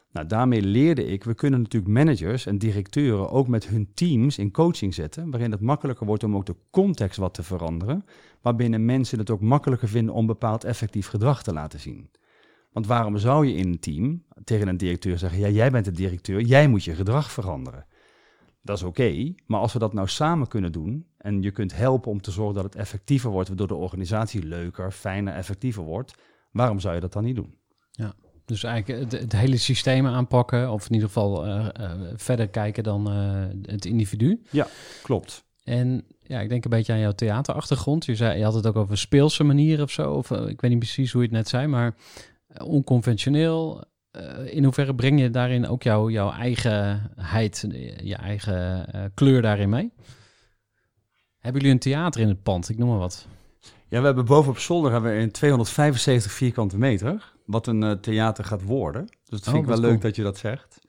Nou, daarmee leerde ik, we kunnen natuurlijk managers en directeuren ook met hun teams in coaching zetten, waarin het makkelijker wordt om ook de context wat te veranderen, waarbinnen mensen het ook makkelijker vinden om bepaald effectief gedrag te laten zien. Want waarom zou je in een team tegen een directeur zeggen, ja, jij bent de directeur, jij moet je gedrag veranderen. Dat is oké, maar als we dat nou samen kunnen doen en je kunt helpen om te zorgen dat het effectiever wordt, waardoor de organisatie leuker, fijner, effectiever wordt, waarom zou je dat dan niet doen? Ja. Dus eigenlijk het hele systeem aanpakken, of in ieder geval verder kijken dan het individu. Ja, klopt. En ja, ik denk een beetje aan jouw theaterachtergrond. Je had het ook over speelse manieren of zo. Of ik weet niet precies hoe je het net zei, maar onconventioneel. In hoeverre breng je daarin ook jouw eigenheid, je eigen kleur daarin mee? Hebben jullie een theater in het pand? Ik noem maar wat. Ja, we hebben boven op zolder hebben we een 275 vierkante meter, wat een theater gaat worden. Dus dat vind ik wel leuk dat je dat zegt.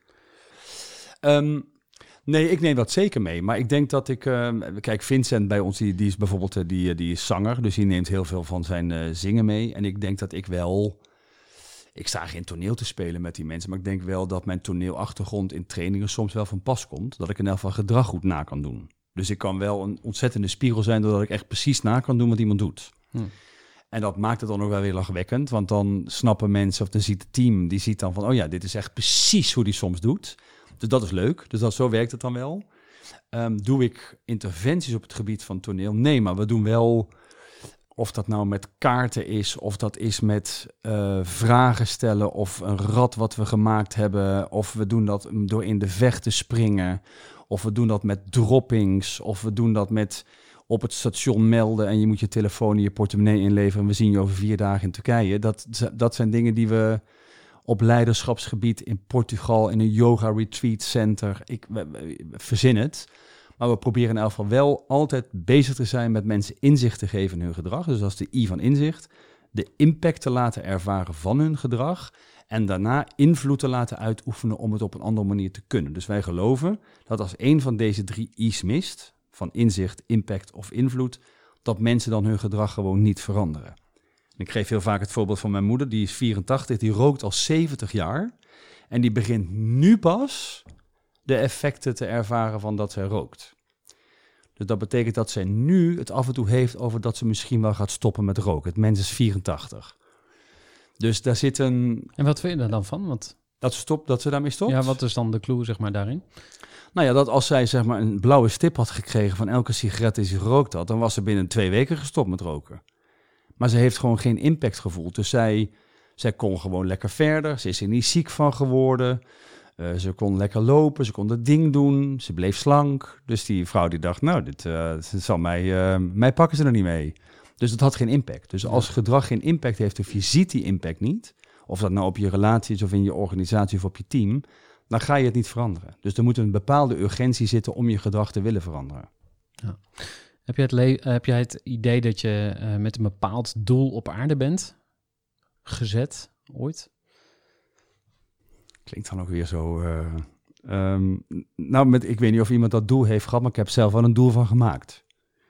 Nee, ik neem dat zeker mee. Maar ik denk dat ik... kijk, Vincent bij ons, die is bijvoorbeeld die is zanger. Dus die neemt heel veel van zijn zingen mee. En ik denk dat ik wel... Ik sta geen toneel te spelen met die mensen. Maar ik denk wel dat mijn toneelachtergrond in trainingen soms wel van pas komt. Dat ik in elk geval gedrag goed na kan doen. Dus ik kan wel een ontzettende spiegel zijn, doordat ik echt precies na kan doen wat iemand doet. En dat maakt het dan ook wel weer lachwekkend. Want dan snappen mensen, of dan ziet het team, die ziet dan van... oh ja, dit is echt precies hoe die soms doet. Dus dat is leuk. Dus zo werkt het dan wel. Doe ik interventies op het gebied van toneel? Nee, maar we doen wel... Of dat nou met kaarten is, of dat is met vragen stellen... of een rad wat we gemaakt hebben... of we doen dat door in de vecht te springen... of we doen dat met droppings... of we doen dat met op het station melden... en je moet je telefoon en je portemonnee inleveren... en we zien je over 4 dagen in Turkije. Dat zijn dingen die we op leiderschapsgebied in Portugal... in een yoga retreat center, verzin het... Maar we proberen in elk geval wel altijd bezig te zijn met mensen inzicht te geven in hun gedrag. Dus dat is de I van inzicht. De impact te laten ervaren van hun gedrag. En daarna invloed te laten uitoefenen om het op een andere manier te kunnen. Dus wij geloven dat als één van deze 3 I's mist, van inzicht, impact of invloed, dat mensen dan hun gedrag gewoon niet veranderen. En ik geef heel vaak het voorbeeld van mijn moeder, die is 84, die rookt al 70 jaar. En die begint nu pas de effecten te ervaren van dat zij rookt. Dus dat betekent dat zij nu het af en toe heeft over dat ze misschien wel gaat stoppen met roken. Het mens is 84. Dus daar zit een... En wat vind je er dan van? Dat ze daarmee stopt? Ja, wat is dan de clue, zeg maar, daarin? Nou ja, dat als zij zeg maar een blauwe stip had gekregen van elke sigaret die ze gerookt had, dan was ze binnen 2 weken gestopt met roken. Maar ze heeft gewoon geen impact gevoeld. Dus zij kon gewoon lekker verder. Ze is er niet ziek van geworden. Ze kon lekker lopen, ze kon het ding doen, ze bleef slank. Dus die vrouw die dacht, nou, dit zal mij pakken ze er niet mee. Dus dat had geen impact. Dus als gedrag geen impact heeft of je ziet die impact niet, of dat nou op je relatie is of in je organisatie of op je team, dan ga je het niet veranderen. Dus er moet een bepaalde urgentie zitten om je gedrag te willen veranderen. Ja. Heb jij het idee dat je met een bepaald doel op aarde bent gezet ooit? Klinkt dan ook weer zo... ik weet niet of iemand dat doel heeft gehad, maar ik heb zelf wel een doel van gemaakt.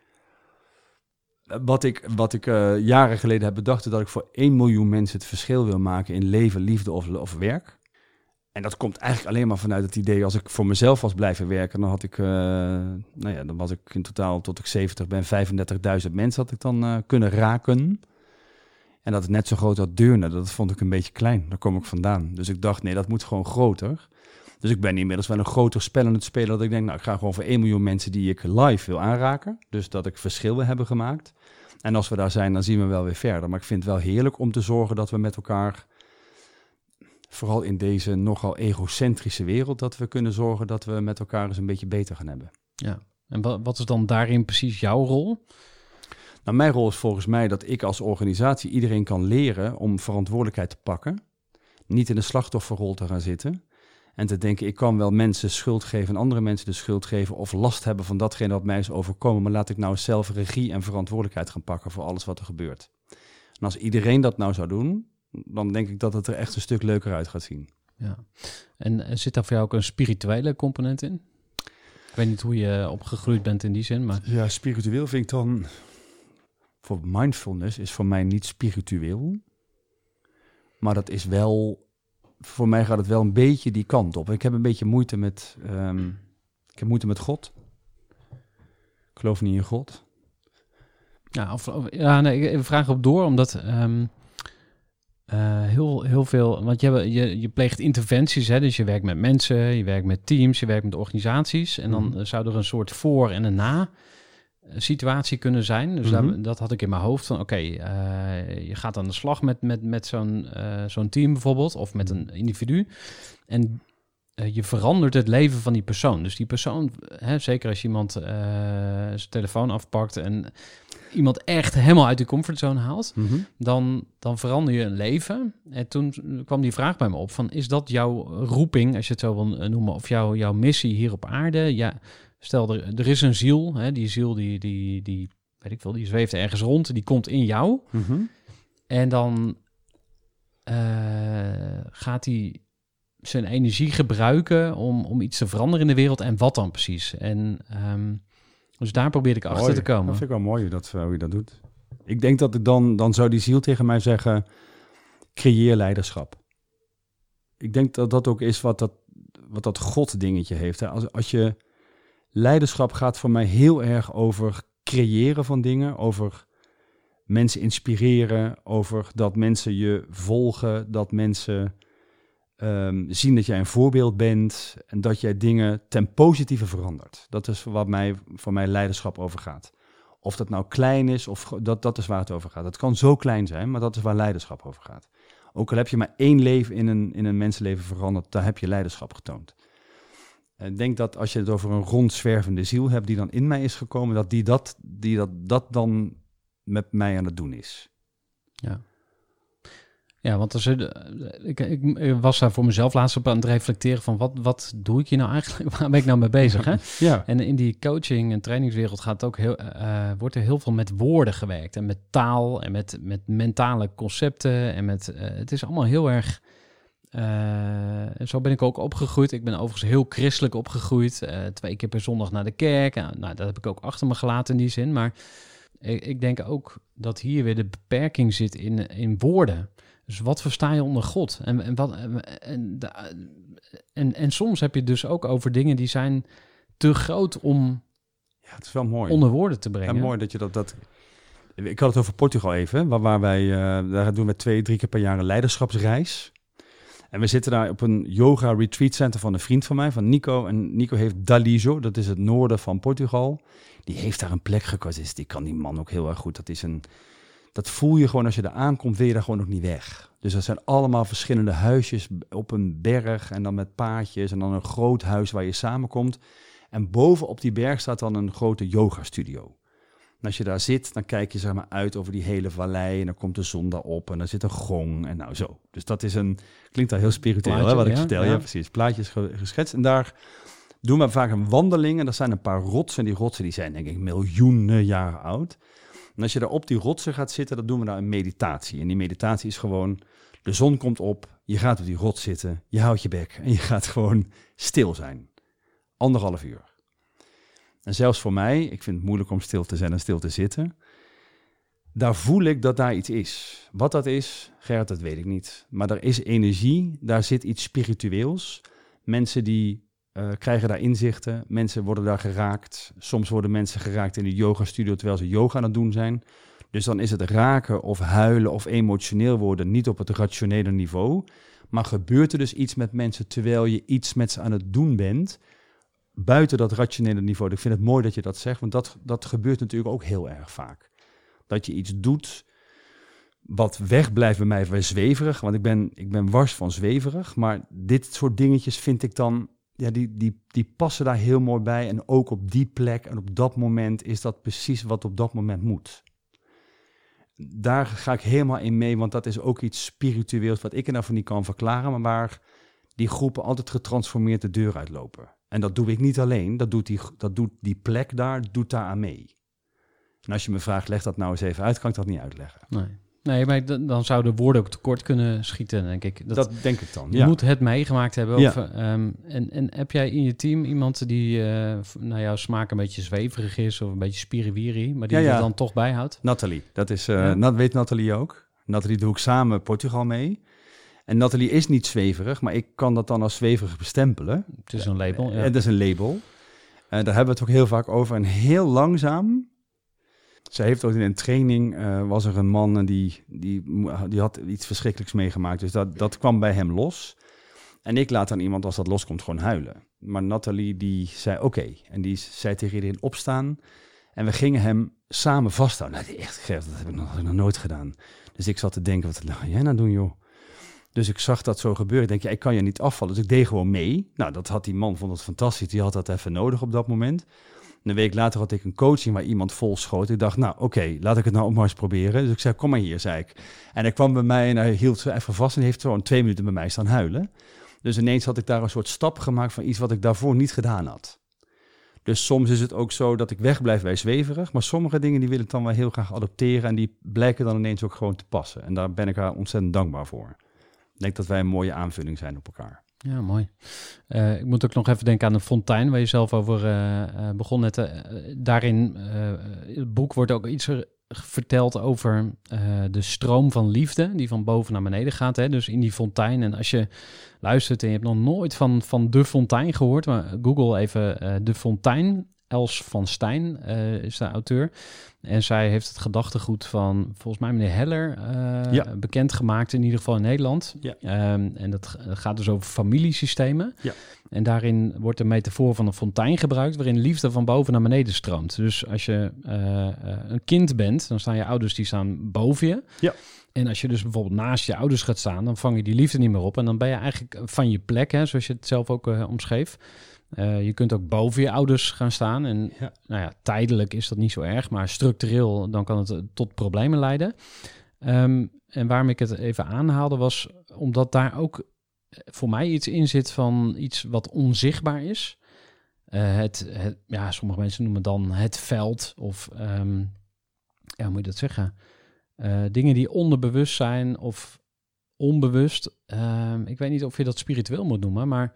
Wat ik jaren geleden heb bedacht, is dat ik voor 1 miljoen mensen het verschil wil maken in leven, liefde of werk. En dat komt eigenlijk alleen maar vanuit het idee, als ik voor mezelf was blijven werken, dan had ik, dan was ik in totaal tot ik 70 ben, 35.000 mensen had ik dan kunnen raken. En dat het net zo groot had Deurne, dat vond ik een beetje klein. Daar kom ik vandaan. Dus ik dacht, nee, dat moet gewoon groter. Dus ik ben inmiddels wel een groter spel aan het spelen. Dat ik denk, nou, ik ga gewoon voor 1 miljoen mensen die ik live wil aanraken. Dus dat ik verschil wil hebben gemaakt. En als we daar zijn, dan zien we wel weer verder. Maar ik vind het wel heerlijk om te zorgen dat we met elkaar, vooral in deze nogal egocentrische wereld, dat we kunnen zorgen dat we met elkaar eens een beetje beter gaan hebben. Ja, en wat is dan daarin precies jouw rol? Nou, mijn rol is volgens mij dat ik als organisatie iedereen kan leren om verantwoordelijkheid te pakken. Niet in de slachtofferrol te gaan zitten. En te denken, ik kan wel mensen schuld geven en andere mensen de schuld geven of last hebben van datgene wat mij is overkomen. Maar laat ik nou zelf regie en verantwoordelijkheid gaan pakken voor alles wat er gebeurt. En als iedereen dat nou zou doen, dan denk ik dat het er echt een stuk leuker uit gaat zien. Ja. En zit daar voor jou ook een spirituele component in? Ik weet niet hoe je opgegroeid bent in die zin, maar... Ja, spiritueel vind ik dan... Voor mindfulness is voor mij niet spiritueel. Maar dat is wel voor mij gaat het wel een beetje die kant op. Ik heb een beetje moeite met, God. Ik geloof niet in God. Ja, ik vraag op door, omdat heel veel... Want je pleegt interventies, hè, dus je werkt met mensen, je werkt met teams, je werkt met organisaties. En dan zou er een soort voor- en een na-situatie kunnen zijn. Dus dat had ik in mijn hoofd van, je gaat aan de slag met zo'n team bijvoorbeeld, of met een individu. En je verandert het leven van die persoon. Dus die persoon, zeker als je iemand zijn telefoon afpakt en iemand echt helemaal uit de comfortzone haalt, dan verander je een leven. En toen kwam die vraag bij me op van, is dat jouw roeping, als je het zo wil noemen, of jouw missie hier op aarde? Ja, stel, er is een ziel, die ziel die weet ik veel, die zweeft ergens rond, die komt in jou. En dan gaat hij zijn energie gebruiken om iets te veranderen in de wereld. En wat dan precies? En dus daar probeer ik achter te komen. Dat vind ik wel mooi hoe je dat doet. Ik denk dat ik dan zou die ziel tegen mij zeggen, creëer leiderschap. Ik denk dat dat ook is wat dat God dingetje heeft. Hè. Als je leiderschap gaat voor mij heel erg over creëren van dingen, over mensen inspireren, over dat mensen je volgen, dat mensen zien dat jij een voorbeeld bent en dat jij dingen ten positieve verandert. Dat is voor mij leiderschap over gaat. Of dat nou klein is, of dat is waar het over gaat. Het kan zo klein zijn, maar dat is waar leiderschap over gaat. Ook al heb je maar 1 leven in een mensenleven veranderd, daar heb je leiderschap getoond. Ik denk dat als je het over een rondzwervende ziel hebt die dan in mij is gekomen, dat dan met mij aan het doen is. Ja. Ja, want ik was daar voor mezelf laatst op aan het reflecteren van wat doe ik hier nou eigenlijk? Waar ben ik nou mee bezig? Hè? Ja. En in die coaching- en trainingswereld gaat het ook wordt er heel veel met woorden gewerkt. En met taal en met mentale concepten. En het is allemaal heel erg... en zo ben ik ook opgegroeid. Ik ben overigens heel christelijk opgegroeid. 2 keer per zondag naar de kerk. Nou, dat heb ik ook achter me gelaten in die zin. Maar ik denk ook dat hier weer de beperking zit in woorden. Dus wat versta je onder God? En soms heb je het dus ook over dingen die zijn te groot om het is wel mooi onder woorden te brengen. Ja, mooi dat je dat... Ik had het over Portugal even, waar wij... daar doen we 2-3 keer per jaar een leiderschapsreis. En we zitten daar op een yoga retreat center van een vriend van mij, van Nico. En Nico heeft Dalijo, dat is het noorden van Portugal. Die heeft daar een plek gekozen. Die kan die man ook heel erg goed. Dat voel je gewoon als je daar aankomt, wil je daar gewoon ook niet weg. Dus dat zijn allemaal verschillende huisjes op een berg en dan met paadjes en dan een groot huis waar je samenkomt. En boven op die berg staat dan een grote yogastudio. En als je daar zit, dan kijk je zeg maar uit over die hele vallei en dan komt de zon daarop en dan zit een gong en nou zo. Dus dat is klinkt al heel spiritueel plaatje, hè, wat ik ja, vertel. ja. Ja, precies. Plaatjes geschetst en daar doen we vaak een wandeling en er zijn een paar rotsen. En die rotsen die zijn denk ik miljoenen jaren oud. En als je daar op die rotsen gaat zitten, dan doen we daar een meditatie. En die meditatie is gewoon, de zon komt op, je gaat op die rots zitten, je houdt je bek en je gaat gewoon stil zijn. 1,5 uur. En zelfs voor mij, ik vind het moeilijk om stil te zijn en stil te zitten, daar voel ik dat daar iets is. Wat dat is, Gerrit, dat weet ik niet. Maar er is energie, daar zit iets spiritueels. Mensen die krijgen daar inzichten, mensen worden daar geraakt. Soms worden mensen geraakt in de yogastudio terwijl ze yoga aan het doen zijn. Dus dan is het raken of huilen of emotioneel worden niet op het rationele niveau. Maar gebeurt er dus iets met mensen terwijl je iets met ze aan het doen bent, buiten dat rationele niveau. Ik vind het mooi dat je dat zegt, want dat gebeurt natuurlijk ook heel erg vaak. Dat je iets doet wat wegblijft bij mij bij zweverig, want ik ben wars van zweverig. Maar dit soort dingetjes vind ik dan, ja, die passen daar heel mooi bij. En ook op die plek en op dat moment is dat precies wat op dat moment moet. Daar ga ik helemaal in mee, want dat is ook iets spiritueels wat ik er nou van niet kan verklaren, maar waar die groepen altijd getransformeerd de deur uitlopen. En dat doe ik niet alleen, dat doet die plek doet daar aan mee. En als je me vraagt, leg dat nou eens even uit, kan ik dat niet uitleggen. Nee, maar dan zouden woorden ook tekort kunnen schieten, denk ik. Dat denk ik dan, Je ja. moet het meegemaakt hebben. Ja. Of, en heb jij in je team iemand die naar jouw smaak een beetje zweverig is of een beetje spiriwiri, maar die Ja. er dan toch bijhoudt? Nathalie, dat is, Ja. weet Nathalie ook. Nathalie doe ik samen Portugal mee. En Nathalie is niet zweverig, maar ik kan dat dan als zweverig bestempelen. Het is een label. Ja. Het is een label. Daar hebben we het ook heel vaak over. En heel langzaam... Zij heeft ook in een training, was er een man en die had iets verschrikkelijks meegemaakt. Dus dat kwam bij hem los. En ik laat dan iemand, als dat loskomt, gewoon huilen. Maar Nathalie, die zei oké. En die zei tegen iedereen opstaan. En we gingen hem samen vasthouden. Nou, echt, dat heb ik nog nooit gedaan. Dus ik zat te denken, wat ga jij nou doen, joh? Dus ik zag dat zo gebeuren. Ik denk, ja, ik kan je niet afvallen. Dus ik deed gewoon mee. Nou, dat had die man, vond het fantastisch. Die had dat even nodig op dat moment. Een week later had ik een coaching waar iemand vol schoot. Ik dacht, nou oké, laat ik het nou ook maar eens proberen. Dus ik zei, kom maar hier, zei ik. En hij kwam bij mij en hij hield zo even vast en heeft gewoon 2 minuten bij mij staan huilen. Dus ineens had ik daar een soort stap gemaakt van iets wat ik daarvoor niet gedaan had. Dus soms is het ook zo dat ik wegblijf bij zweverig, maar sommige dingen die wil ik dan wel heel graag adopteren en die blijken dan ineens ook gewoon te passen. En daar ben ik haar ontzettend dankbaar voor. Ik denk dat wij een mooie aanvulling zijn op elkaar. Ja, mooi. Ik moet ook nog even denken aan de fontein, waar je zelf over begon net. Daarin, het boek wordt ook iets verteld over de stroom van liefde, die van boven naar beneden gaat. Hè? Dus in die fontein. En als je luistert en je hebt nog nooit van de fontein gehoord, maar Google even de fontein. Els van Stijn is de auteur. En zij heeft het gedachtegoed van, volgens mij meneer Heller, bekendgemaakt, in ieder geval in Nederland. Ja. En dat gaat dus over familiesystemen. Ja. En daarin wordt de metafoor van een fontein gebruikt, waarin liefde van boven naar beneden stroomt. Dus als je een kind bent, dan staan je ouders, die staan boven je. Ja. En als je dus bijvoorbeeld naast je ouders gaat staan, dan vang je die liefde niet meer op. En dan ben je eigenlijk van je plek, hè, zoals je het zelf ook omschreef. Je kunt ook boven je ouders gaan staan. En nou ja, tijdelijk is dat niet zo erg, maar structureel dan kan het tot problemen leiden. En waarom ik het even aanhaalde was omdat daar ook voor mij iets in zit van iets wat onzichtbaar is. Sommige mensen noemen dan het veld of hoe moet je dat zeggen? Dingen die onderbewust zijn of onbewust. Ik weet niet of je dat spiritueel moet noemen, maar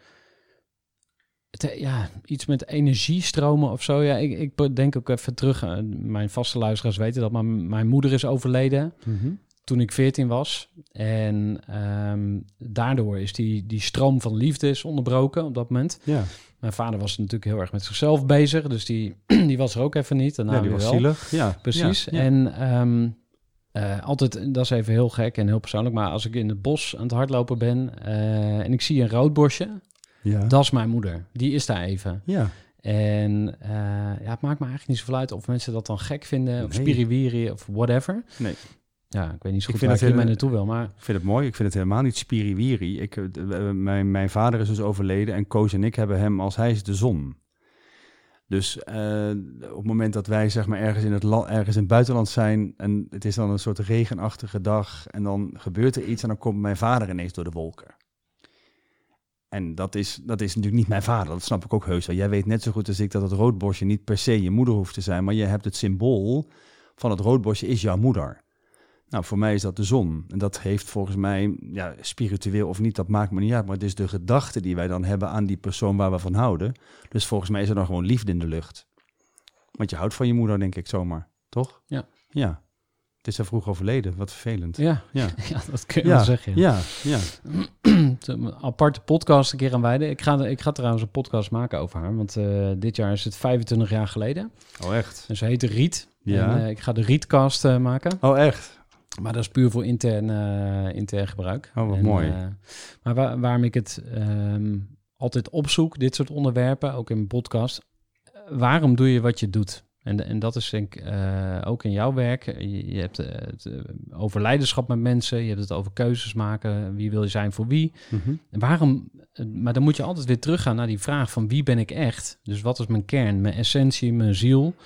iets met energiestromen of zo. Ja, ik denk ook even terug. Mijn vaste luisteraars weten dat, maar mijn moeder is overleden toen ik 14 was. En daardoor is die stroom van liefde is onderbroken op dat moment. Ja. Mijn vader was natuurlijk heel erg met zichzelf bezig, dus die was er ook even niet. Daarna die was wel zielig. Ja, precies. Ja. En altijd, dat is even heel gek en heel persoonlijk, maar als ik in het bos aan het hardlopen ben en ik zie een roodbosje, dat is mijn moeder. Die is daar even. Ja. En het maakt me eigenlijk niet zoveel uit of mensen dat dan gek vinden, of spiriwiri of whatever. Nee. Ja, ik weet niet zo goed waar ik hiermee naartoe wil, maar... Ik vind het mooi. Ik vind het helemaal niet spiriwiri. Mijn vader is dus overleden en Koos en ik hebben hem als hij is de zon. Dus op het moment dat wij zeg maar ergens in het buitenland zijn en het is dan een soort regenachtige dag en dan gebeurt er iets en dan komt mijn vader ineens door de wolken. En dat is natuurlijk niet mijn vader, dat snap ik ook heus wel. Jij weet net zo goed als ik dat het roodbosje niet per se je moeder hoeft te zijn, maar je hebt het symbool van het roodbosje is jouw moeder. Nou, voor mij is dat de zon. En dat heeft volgens mij, spiritueel of niet, dat maakt me niet uit. Maar het is de gedachte die wij dan hebben aan die persoon waar we van houden. Dus volgens mij is er dan gewoon liefde in de lucht. Want je houdt van je moeder, denk ik zomaar. Toch? Ja. Ja. Het is er vroeg overleden. Wat vervelend. Ja, dat kun je wel zeggen. Ja. Een aparte podcast een keer aan wijden. Ik ga trouwens een podcast maken over haar. Want dit jaar is het 25 jaar geleden. Oh, echt? En ze heet Riet. Ja. En ik ga de Rietcast maken. Oh, echt? Maar dat is puur voor intern gebruik. Oh, wat mooi. Maar waarom ik het altijd opzoek, dit soort onderwerpen, ook in mijn podcast. Waarom doe je wat je doet? En dat is denk ik ook in jouw werk. Je hebt het over leiderschap met mensen. Je hebt het over keuzes maken. Wie wil je zijn voor wie? Mm-hmm. En waarom? Maar dan moet je altijd weer teruggaan naar die vraag van wie ben ik echt? Dus wat is mijn kern, mijn essentie, mijn ziel?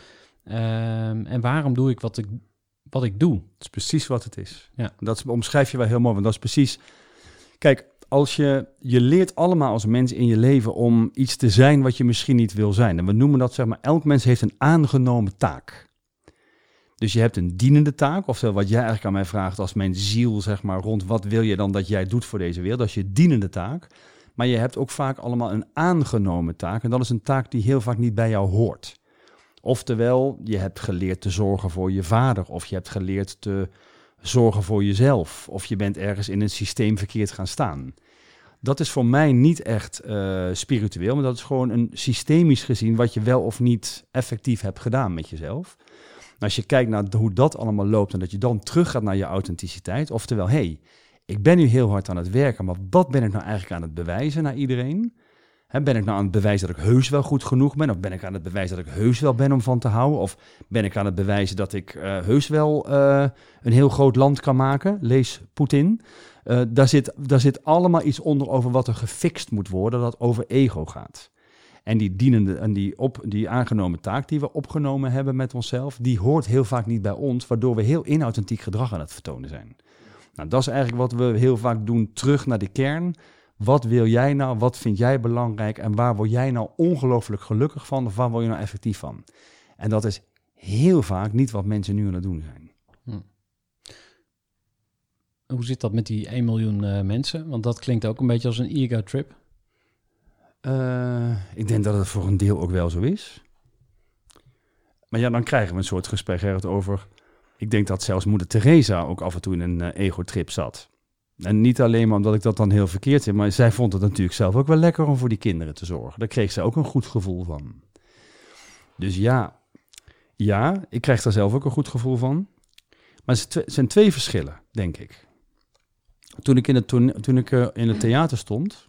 En waarom doe ik wat ik doe? Dat is precies wat het is. Ja. Dat omschrijf je wel heel mooi, want dat is precies... Kijk, als je leert allemaal als mens in je leven om iets te zijn wat je misschien niet wil zijn. En we noemen dat, zeg maar, elk mens heeft een aangenomen taak. Dus je hebt een dienende taak, oftewel wat jij eigenlijk aan mij vraagt als mijn ziel, zeg maar, rond wat wil je dan dat jij doet voor deze wereld. Dat is je dienende taak. Maar je hebt ook vaak allemaal een aangenomen taak. En dat is een taak die heel vaak niet bij jou hoort. Oftewel, je hebt geleerd te zorgen voor je vader. Of je hebt geleerd te zorgen voor jezelf. Of je bent ergens in een systeem verkeerd gaan staan. Dat is voor mij niet echt spiritueel, maar dat is gewoon een systemisch gezien wat je wel of niet effectief hebt gedaan met jezelf. En als je kijkt naar hoe dat allemaal loopt en dat je dan terug gaat naar je authenticiteit, oftewel, ik ben nu heel hard aan het werken, maar wat ben ik nou eigenlijk aan het bewijzen naar iedereen? Ben ik nou aan het bewijzen dat ik heus wel goed genoeg ben? Of ben ik aan het bewijzen dat ik heus wel ben om van te houden? Of ben ik aan het bewijzen dat ik heus wel een heel groot land kan maken? Lees Poetin. Daar zit allemaal iets onder over wat er gefixt moet worden, dat over ego gaat. En die dienende en die aangenomen taak die we opgenomen hebben met onszelf, die hoort heel vaak niet bij ons, waardoor we heel inauthentiek gedrag aan het vertonen zijn. Nou, dat is eigenlijk wat we heel vaak doen, terug naar de kern. Wat wil jij nou? Wat vind jij belangrijk? En waar word jij nou ongelooflijk gelukkig van? Of waar word je nou effectief van? En dat is heel vaak niet wat mensen nu aan het doen zijn. Hoe zit dat met die 1 miljoen mensen? Want dat klinkt ook een beetje als een ego-trip. Ik denk dat het voor een deel ook wel zo is. Maar ja, dan krijgen we een soort gesprek over. Ik denk dat zelfs moeder Teresa ook af en toe in een ego-trip zat. En niet alleen maar omdat ik dat dan heel verkeerd vind, maar zij vond het natuurlijk zelf ook wel lekker om voor die kinderen te zorgen. Daar kreeg ze ook een goed gevoel van. Dus ja, ik krijg daar zelf ook een goed gevoel van. Maar het zijn twee verschillen, denk ik. Toen ik in het theater stond,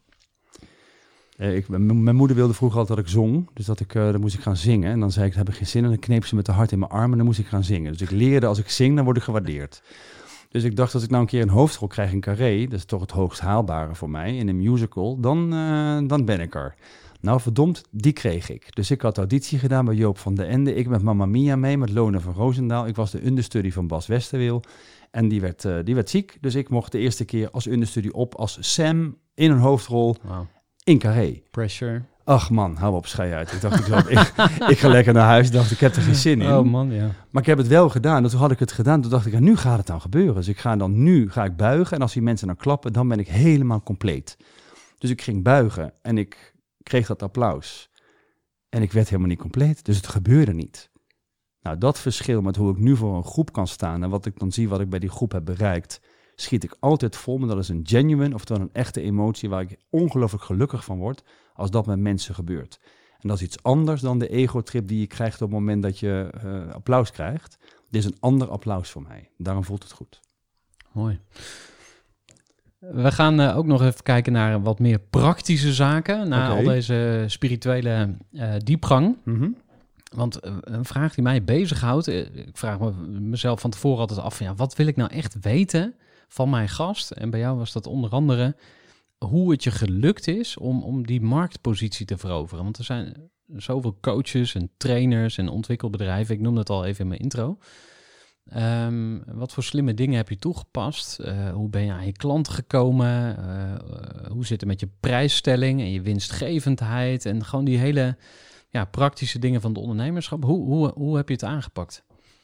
mijn moeder wilde vroeger altijd dat ik zong, dus dan moest ik gaan zingen. En dan zei ik, heb ik geen zin, en dan kneep ze met de hart in mijn arm en dan moest ik gaan zingen. Dus ik leerde, als ik zing, dan word ik gewaardeerd. Dus ik dacht, als ik nou een keer een hoofdrol krijg in Carré, dat is toch het hoogst haalbare voor mij, in een musical, dan ben ik er. Nou, verdomd, die kreeg ik. Dus ik had auditie gedaan bij Joop van den Ende. Ik met Mamma Mia mee, met Lone van Roosendaal. Ik was de understudy van Bas Westerweel. En die werd ziek. Dus ik mocht de eerste keer als understudy op als Sam in een hoofdrol in Carré. Pressure. Ach man, hou op, schei uit. Ik dacht, ik ga lekker naar huis. Ik dacht, ik heb er geen zin in. Oh man, ja. Maar ik heb het wel gedaan. En toen had ik het gedaan. Toen dacht ik, nu gaat het dan gebeuren. Dus nu ga ik buigen. En als die mensen dan klappen, dan ben ik helemaal compleet. Dus ik ging buigen en ik kreeg dat applaus. En ik werd helemaal niet compleet. Dus het gebeurde niet. Nou, dat verschil met hoe ik nu voor een groep kan staan en wat ik dan zie wat ik bij die groep heb bereikt, schiet ik altijd vol. Maar dat is een genuine, oftewel een echte emotie waar ik ongelooflijk gelukkig van word als dat met mensen gebeurt. En dat is iets anders dan de ego-trip die je krijgt op het moment dat je applaus krijgt. Dit is een ander applaus voor mij. Daarom voelt het goed. Mooi. We gaan ook nog even kijken naar wat meer praktische zaken na al deze spirituele diepgang. Mm-hmm. Want een vraag die mij bezighoudt, ik vraag mezelf van tevoren altijd af, wat wil ik nou echt weten van mijn gast? En bij jou was dat onder andere hoe het je gelukt is om die marktpositie te veroveren. Want er zijn zoveel coaches en trainers en ontwikkelbedrijven, ik noemde het al even in mijn intro. Wat voor slimme dingen heb je toegepast? Hoe ben je aan je klant gekomen? Hoe zit het met je prijsstelling en je winstgevendheid? En gewoon die hele praktische dingen van het ondernemerschap. Hoe heb je het aangepakt?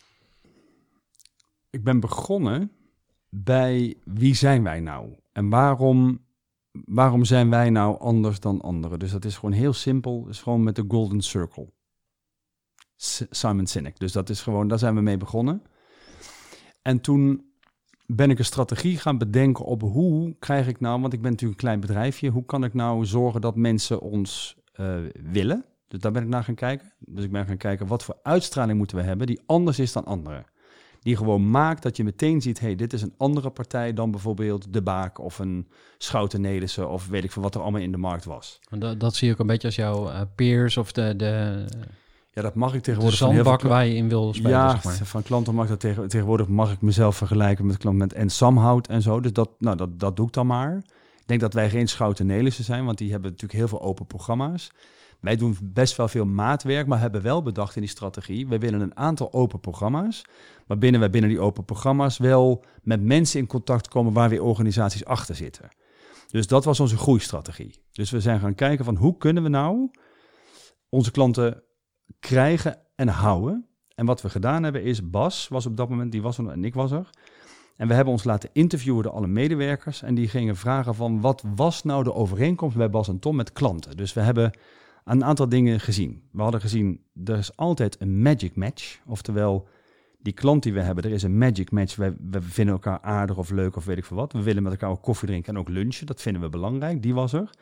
Ik ben begonnen bij wie zijn wij nou? En waarom zijn wij nou anders dan anderen? Dus dat is gewoon heel simpel. Het is gewoon met de Golden Circle. Simon Sinek. Dus dat is gewoon, daar zijn we mee begonnen. En toen ben ik een strategie gaan bedenken op hoe krijg ik nou, want ik ben natuurlijk een klein bedrijfje, hoe kan ik nou zorgen dat mensen ons willen? Dus daar ben ik naar gaan kijken. Dus ik ben gaan kijken, wat voor uitstraling moeten we hebben die anders is dan anderen? Die gewoon maakt dat je meteen ziet, dit is een andere partij dan bijvoorbeeld De Baak of een Schouten Nelissen of weet ik veel wat er allemaal in de markt was. Dat zie je ook een beetje als jouw peers of de ja, dat mag ik tegenwoordig. De zandbak waar je in wil spelen, ja, zeg maar. Van klanten mag dat tegenwoordig mag ik mezelf vergelijken met klanten met en Samhout en zo. Dus dat doe ik dan maar. Ik denk dat wij geen Schouten Nelissen zijn, want die hebben natuurlijk heel veel open programma's. Wij doen best wel veel maatwerk, maar hebben wel bedacht in die strategie, we willen een aantal open programma's, maar binnen die open programma's wel met mensen in contact komen waar weer organisaties achter zitten. Dus dat was onze groeistrategie. Dus we zijn gaan kijken van hoe kunnen we nou onze klanten krijgen en houden. En wat we gedaan hebben is, Bas was op dat moment, die was er en ik was er. En we hebben ons laten interviewen door alle medewerkers en die gingen vragen van wat was nou de overeenkomst bij Bas en Tom met klanten. Dus we hebben een aantal dingen gezien. We hadden gezien, er is altijd een magic match. Oftewel, Die klant die we hebben, er is een magic match. We vinden elkaar aardig of leuk of weet ik veel wat. We willen met elkaar ook koffie drinken en ook lunchen. Dat vinden we belangrijk. Die was er.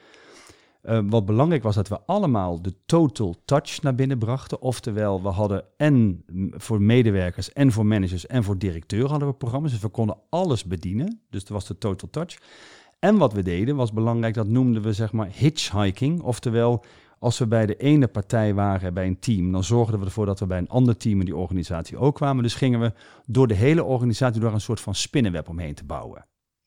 Wat belangrijk was dat we allemaal de total touch naar binnen brachten. Oftewel, we hadden en voor medewerkers en voor managers en voor directeur hadden we programma's. Dus we konden alles bedienen. Dus dat was de total touch. En wat we deden was belangrijk, dat noemden we zeg maar hitchhiking. Oftewel, als we bij de ene partij waren bij een team, dan zorgden we ervoor dat we bij een ander team in die organisatie ook kwamen. Dus gingen we door de hele organisatie door een soort van spinnenweb omheen te bouwen.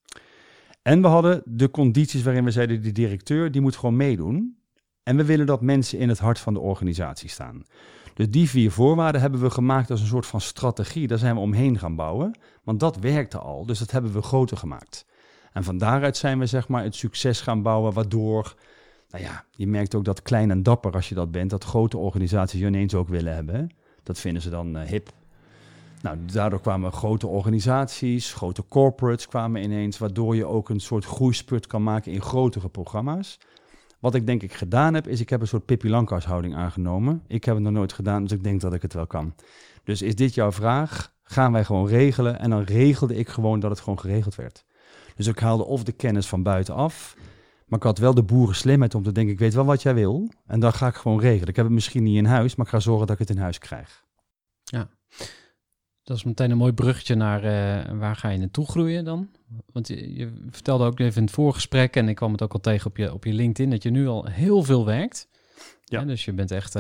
En we hadden de condities waarin we zeiden, de directeur die moet gewoon meedoen. En we willen dat mensen in het hart van de organisatie staan. Dus die 4 voorwaarden hebben we gemaakt als een soort van strategie. Daar zijn we omheen gaan bouwen, want dat werkte al. Dus dat hebben we groter gemaakt. En van daaruit zijn we zeg maar het succes gaan bouwen, waardoor, nou ja, je merkt ook dat klein en dapper als je dat bent, dat grote organisaties je ineens ook willen hebben. Hè? Dat vinden ze dan hip. Nou, daardoor kwamen grote organisaties, grote corporates kwamen ineens, waardoor je ook een soort groeispurt kan maken in grotere programma's. Wat ik denk ik gedaan heb, is ik heb een soort Pippi Langkous houding aangenomen. Ik heb het nog nooit gedaan, dus ik denk dat ik het wel kan. Dus is dit jouw vraag? Gaan wij gewoon regelen? En dan regelde ik gewoon dat het gewoon geregeld werd. Dus ik haalde of de kennis van buitenaf, maar ik had wel de boerenslimheid om te denken, ik weet wel wat jij wil en dan ga ik gewoon regelen. Ik heb het misschien niet in huis, maar ik ga zorgen dat ik het in huis krijg. Ja, dat is meteen een mooi bruggetje naar waar ga je naartoe groeien dan? Want je vertelde ook even in het voorgesprek, en ik kwam het ook al tegen op je LinkedIn, dat je nu al heel veel werkt. Ja. Dus je bent echt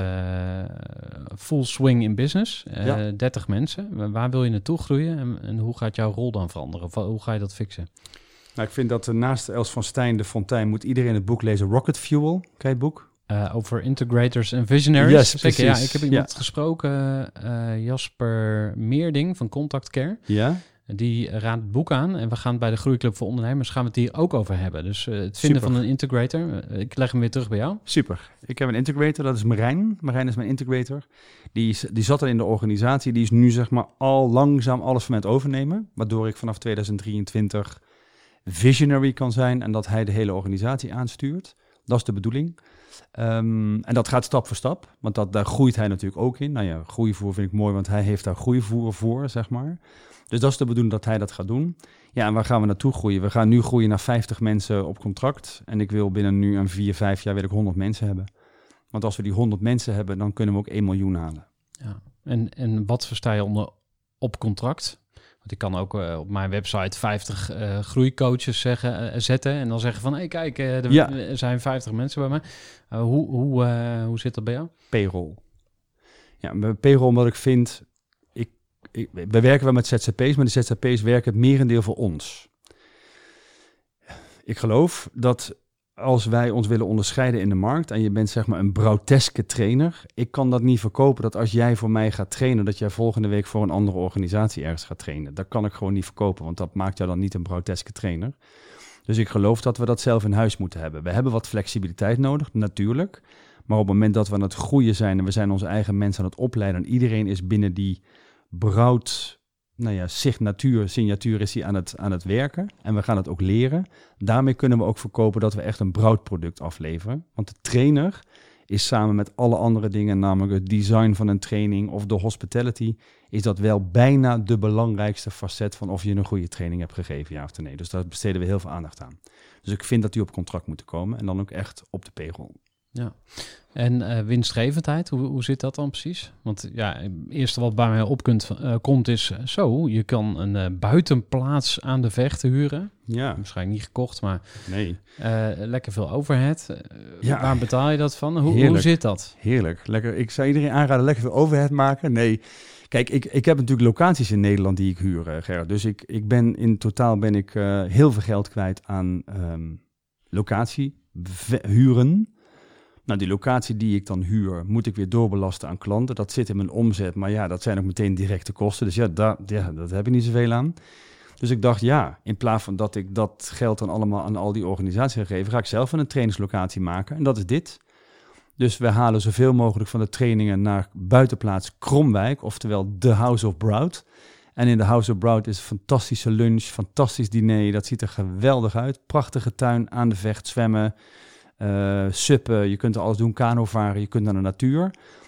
full swing in business. 30 mensen. Waar wil je naartoe groeien en hoe gaat jouw rol dan veranderen? Of hoe ga je dat fixen? Nou, ik vind dat naast Els van Stijn de Fontein moet iedereen het boek lezen. Rocket Fuel, ken je het boek? Over integrators en visionaries. Yes, zeker, precies. ja, ik heb iemand gesproken, Jasper Meerding van Contact Care. Ja. Die raadt het boek aan en we gaan bij de Groeiclub voor Ondernemers gaan we het hier ook over hebben. Dus het vinden van een integrator. Ik leg hem weer terug bij jou. Super. Ik heb een integrator, dat is Marijn. Marijn is mijn integrator. Die zat er in de organisatie. Die is nu zeg maar al langzaam alles van mij aan het overnemen. Waardoor ik vanaf 2023 visionary kan zijn en dat hij de hele organisatie aanstuurt. Dat is de bedoeling. En dat gaat stap voor stap, want daar groeit hij natuurlijk ook in. Nou ja, groeivoer vind ik mooi, want hij heeft daar groeivoer voor, zeg maar. Dus dat is de bedoeling dat hij dat gaat doen. Ja, en waar gaan we naartoe groeien? We gaan nu groeien naar 50 mensen op contract. En ik wil binnen nu een 4-5 jaar wil ik 100 mensen hebben. Want als we die 100 mensen hebben, dan kunnen we ook 1 miljoen halen. Ja. En wat versta je onder op contract? Want ik kan ook op mijn website 50 groeicoaches zetten en dan zeggen van, hey, kijk, er zijn 50 mensen bij mij. Hoe zit dat bij jou? Payroll. Ja, bij payroll, omdat ik vind, we werken wel met ZZP's, maar de ZZP's werken het merendeel voor ons. Ik geloof dat als wij ons willen onderscheiden in de markt en je bent zeg maar een Brouteske trainer, ik kan dat niet verkopen dat als jij voor mij gaat trainen, dat jij volgende week voor een andere organisatie ergens gaat trainen. Dat kan ik gewoon niet verkopen, want dat maakt jou dan niet een Brouteske trainer. Dus ik geloof dat we dat zelf in huis moeten hebben. We hebben wat flexibiliteit nodig, natuurlijk. Maar op het moment dat we aan het groeien zijn en we zijn onze eigen mensen aan het opleiden en iedereen is binnen die Brout, signatuur is hij aan het werken en we gaan het ook leren. Daarmee kunnen we ook verkopen dat we echt een Brout-product afleveren. Want de trainer is samen met alle andere dingen, namelijk het design van een training of de hospitality, is dat wel bijna de belangrijkste facet van of je een goede training hebt gegeven, ja of nee. Dus daar besteden we heel veel aandacht aan. Dus ik vind dat die op contract moeten komen en dan ook echt op de payroll. Ja. En winstgevendheid, hoe zit dat dan precies? Want ja, het eerste wat bij mij komt is je kan een buitenplaats aan de Vecht huren. Ja. Waarschijnlijk niet gekocht, maar nee. Lekker veel overhead. Ja. Waar betaal je dat van? Hoe zit dat? Heerlijk. Lekker. Ik zou iedereen aanraden lekker veel overhead maken. Nee. Kijk, ik heb natuurlijk locaties in Nederland die ik huur, Gerard. Dus in totaal ben ik heel veel geld kwijt aan locatie huren. Nou, die locatie die ik dan huur, moet ik weer doorbelasten aan klanten. Dat zit in mijn omzet, maar ja, dat zijn ook meteen directe kosten. Dus dat heb ik niet zoveel aan. Dus ik dacht, in plaats van dat ik dat geld dan allemaal aan al die organisaties ga geven, ga ik zelf een trainingslocatie maken. En dat is dit. Dus we halen zoveel mogelijk van de trainingen naar buitenplaats Kromwijk, oftewel de House of Brout. En in de House of Brout is een fantastische lunch, fantastisch diner. Dat ziet er geweldig uit. Prachtige tuin aan de Vecht, zwemmen. Suppen, je kunt er alles doen, kano varen, je kunt naar de natuur.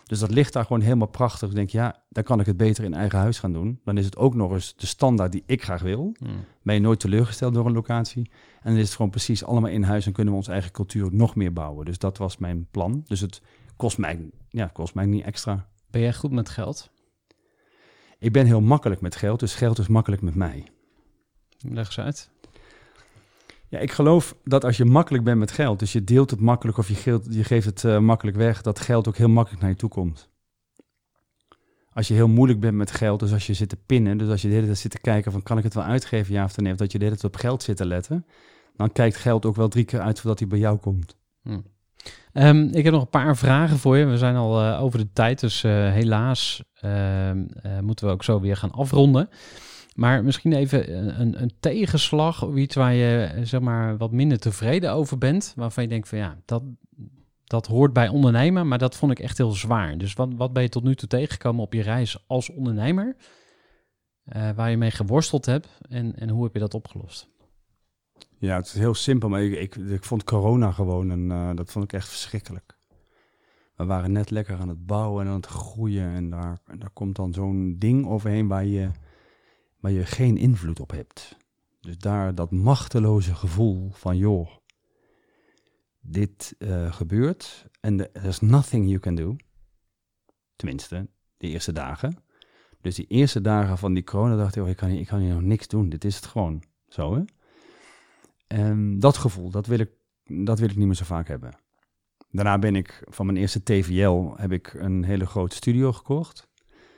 Dus dat ligt daar gewoon helemaal prachtig. Ik denk, ja, dan kan ik het beter in eigen huis gaan doen. Dan is het ook nog eens de standaard die ik graag wil. Ben je nooit teleurgesteld door een locatie. En dan is het gewoon precies allemaal in huis en kunnen we onze eigen cultuur nog meer bouwen. Dus dat was mijn plan. Dus het kost mij niet extra. Ben jij goed met geld? Ik ben heel makkelijk met geld, dus geld is makkelijk met mij. Leg eens uit. Ja, ik geloof dat als je makkelijk bent met geld, dus je deelt het makkelijk of je geeft het makkelijk weg, dat geld ook heel makkelijk naar je toe komt. Als je heel moeilijk bent met geld, dus als je zit te pinnen, dus als je de hele tijd zit te kijken van kan ik het wel uitgeven, ja of nee, of dat je de hele tijd op geld zit te letten, dan kijkt geld ook wel 3 keer uit voordat hij bij jou komt. Ik heb nog een paar vragen voor je. We zijn al over de tijd, dus helaas moeten we ook zo weer gaan afronden. Maar misschien even een tegenslag of iets waar je zeg maar wat minder tevreden over bent. Waarvan je denkt van ja, dat hoort bij ondernemen, maar dat vond ik echt heel zwaar. Dus wat ben je tot nu toe tegengekomen op je reis als ondernemer? Waar je mee geworsteld hebt en hoe heb je dat opgelost? Ja, het is heel simpel, maar ik vond corona gewoon en dat vond ik echt verschrikkelijk. We waren net lekker aan het bouwen en aan het groeien en daar komt dan zo'n ding overheen waar je geen invloed op hebt. Dus daar dat machteloze gevoel van joh, dit gebeurt en there's nothing you can do. Tenminste, de eerste dagen. Dus die eerste dagen van die corona dacht ik, ik kan hier nog niks doen. Dit is het gewoon zo, hè. En dat gevoel, dat wil ik niet meer zo vaak hebben. Daarna ben ik van mijn eerste TVL heb ik een hele grote studio gekocht.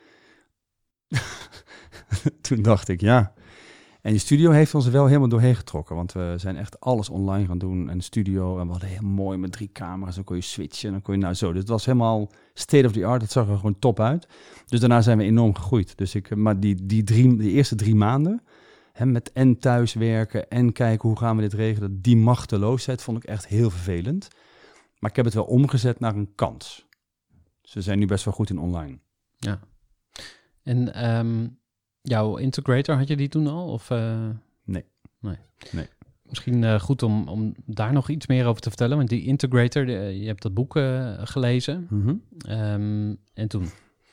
Toen dacht ik, ja. En die studio heeft ons er wel helemaal doorheen getrokken. Want we zijn echt alles online gaan doen. En de studio, en we hadden heel mooi met 3 camera's. Dan kon je switchen en dan kon je nou zo. Dus het was helemaal state of the art. Het zag er gewoon top uit. Dus daarna zijn we enorm gegroeid. Dus maar die eerste 3 maanden... met en thuiswerken en kijken hoe gaan we dit regelen. Die machteloosheid vond ik echt heel vervelend. Maar ik heb het wel omgezet naar een kans. Dus we zijn nu best wel goed in online. Ja. En jouw integrator, had je die toen al? Of, Nee. Misschien goed om daar nog iets meer over te vertellen. Want die integrator, je hebt dat boek gelezen. Mm-hmm. En toen?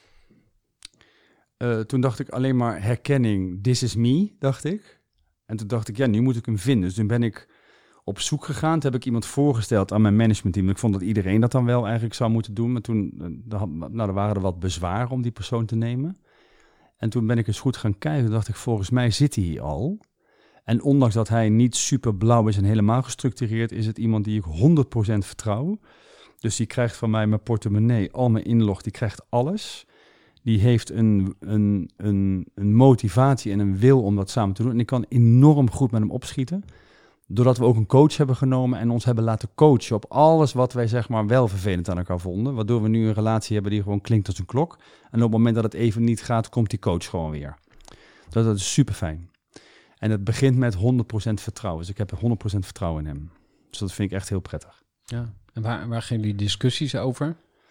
Toen dacht ik alleen maar herkenning, this is me, dacht ik. En toen dacht ik, ja, nu moet ik hem vinden. Dus toen ben ik op zoek gegaan. Toen heb ik iemand voorgesteld aan mijn managementteam. Ik vond dat iedereen dat dan wel eigenlijk zou moeten doen. Maar toen er waren er wat bezwaren om die persoon te nemen. En toen ben ik eens goed gaan kijken. Toen dacht ik, volgens mij zit hij hier al. En ondanks dat hij niet super blauw is en helemaal gestructureerd, is het iemand die ik 100% vertrouw. Dus die krijgt van mij mijn portemonnee, al mijn inlog, die krijgt alles. Die heeft een motivatie en een wil om dat samen te doen. En ik kan enorm goed met hem opschieten. Doordat we ook een coach hebben genomen en ons hebben laten coachen op alles wat wij zeg maar wel vervelend aan elkaar vonden. Waardoor we nu een relatie hebben die gewoon klinkt als een klok. En op het moment dat het even niet gaat, komt die coach gewoon weer. Dat is super fijn. En het begint met 100% vertrouwen. Dus ik heb 100% vertrouwen in hem. Dus dat vind ik echt heel prettig. Ja. En waar gaan jullie discussies over?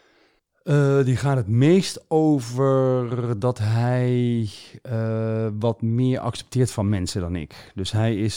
Die gaat het meest over dat hij wat meer accepteert van mensen dan ik. Dus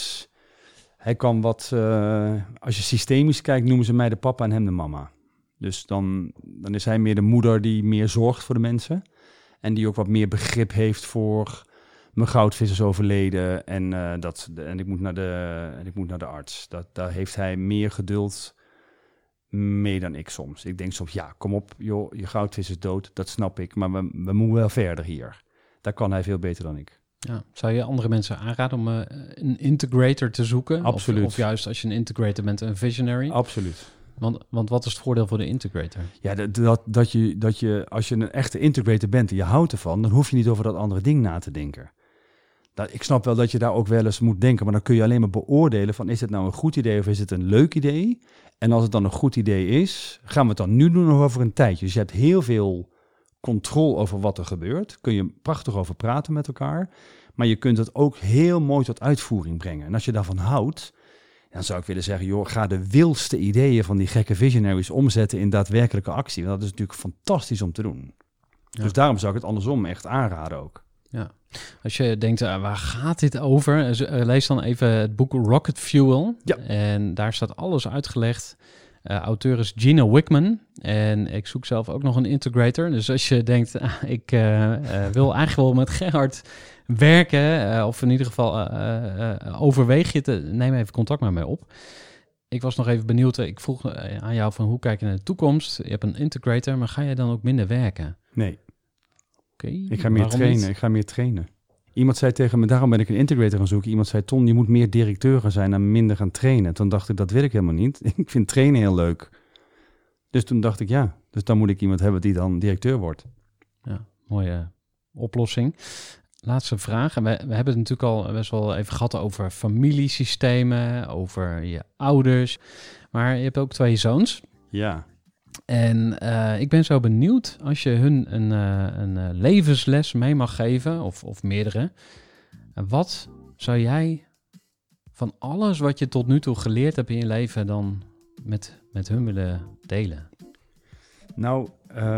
hij kan wat, als je systemisch kijkt, noemen ze mij de papa en hem de mama. Dus dan is hij meer de moeder die meer zorgt voor de mensen. En die ook wat meer begrip heeft voor mijn goudvis is overleden en ik moet naar de arts. Daar heeft hij meer geduld mee dan ik soms. Ik denk soms, ja, kom op, joh, je goudvis is dood, dat snap ik, maar we moeten wel verder hier. Daar kan hij veel beter dan ik. Ja. Zou je andere mensen aanraden om een integrator te zoeken? Absoluut. Of juist als je een integrator bent, een visionary? Absoluut. Want wat is het voordeel voor de integrator? Ja, dat je als je een echte integrator bent en je houdt ervan, dan hoef je niet over dat andere ding na te denken. Ik snap wel dat je daar ook wel eens moet denken, maar dan kun je alleen maar beoordelen van is het nou een goed idee of is het een leuk idee? En als het dan een goed idee is, gaan we het dan nu doen of over een tijdje? Dus je hebt heel veel controle over wat er gebeurt. Kun je prachtig over praten met elkaar. Maar je kunt het ook heel mooi tot uitvoering brengen. En als je daarvan houdt, dan zou ik willen zeggen, joh, ga de wildste ideeën van die gekke visionaries omzetten in daadwerkelijke actie. Want dat is natuurlijk fantastisch om te doen. Ja. Dus daarom zou ik het andersom echt aanraden ook. Ja. Als je denkt, waar gaat dit over? Lees dan even het boek Rocket Fuel. Ja. En daar staat alles uitgelegd. Auteur is Gino Wickman en ik zoek zelf ook nog een integrator. Dus als je denkt, ik wil eigenlijk wel met Gerhard werken, of in ieder geval overweeg je het, neem even contact met mij op. Ik was nog even benieuwd, ik vroeg aan jou van hoe kijk je naar de toekomst? Je hebt een integrator, maar ga je dan ook minder werken? Nee. Oké. Ik ga meer trainen. Niet? Ik ga meer trainen. Iemand zei tegen me, daarom ben ik een integrator gaan zoeken. Iemand zei, Ton, je moet meer directeur gaan zijn en minder gaan trainen. Toen dacht ik, dat wil ik helemaal niet. Ik vind trainen heel leuk. Dus toen dacht ik, ja, dus dan moet ik iemand hebben die dan directeur wordt. Ja, mooie oplossing. Laatste vraag. We hebben het natuurlijk al best wel even gehad over familiesystemen, over je ouders. Maar je hebt ook 2 zoons. Ja. En ik ben zo benieuwd als je hun een levensles mee mag geven, of meerdere. Wat zou jij van alles wat je tot nu toe geleerd hebt in je leven dan met hun willen delen? Nou,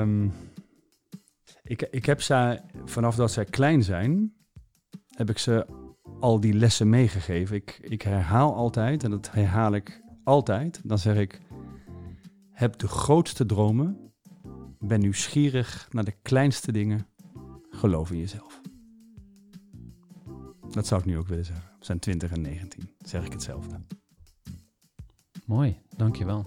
ik heb ze, vanaf dat zij klein zijn, heb ik ze al die lessen meegegeven. Ik herhaal altijd, en dat herhaal ik altijd, dan zeg ik, heb de grootste dromen, ben nieuwsgierig naar de kleinste dingen, geloof in jezelf. Dat zou ik nu ook willen zeggen. We zijn 20 en 19, zeg ik hetzelfde. Mooi, dankjewel.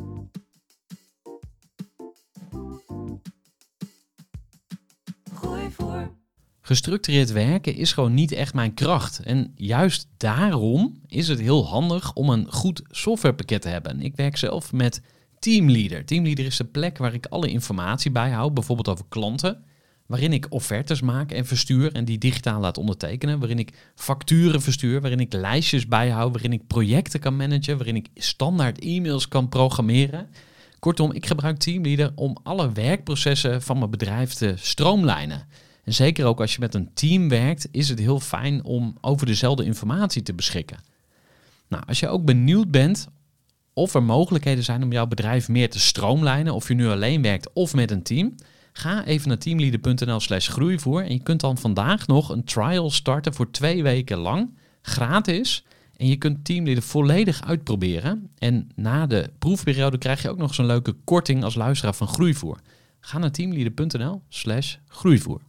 Gooi voor. Gestructureerd werken is gewoon niet echt mijn kracht. En juist daarom is het heel handig om een goed softwarepakket te hebben. Ik werk zelf met Teamleader. Teamleader is de plek waar ik alle informatie bijhoud, bijvoorbeeld over klanten, waarin ik offertes maak en verstuur en die digitaal laat ondertekenen, waarin ik facturen verstuur, waarin ik lijstjes bijhoud, waarin ik projecten kan managen, waarin ik standaard e-mails kan programmeren. Kortom, ik gebruik Teamleader om alle werkprocessen van mijn bedrijf te stroomlijnen. En zeker ook als je met een team werkt, is het heel fijn om over dezelfde informatie te beschikken. Nou, als je ook benieuwd bent of er mogelijkheden zijn om jouw bedrijf meer te stroomlijnen, of je nu alleen werkt of met een team, ga even naar teamleader.nl/groeivoer en je kunt dan vandaag nog een trial starten voor 2 weken lang, gratis. En je kunt Teamleader volledig uitproberen. En na de proefperiode krijg je ook nog zo'n leuke korting als luisteraar van Groeivoer. Ga naar teamleader.nl/groeivoer.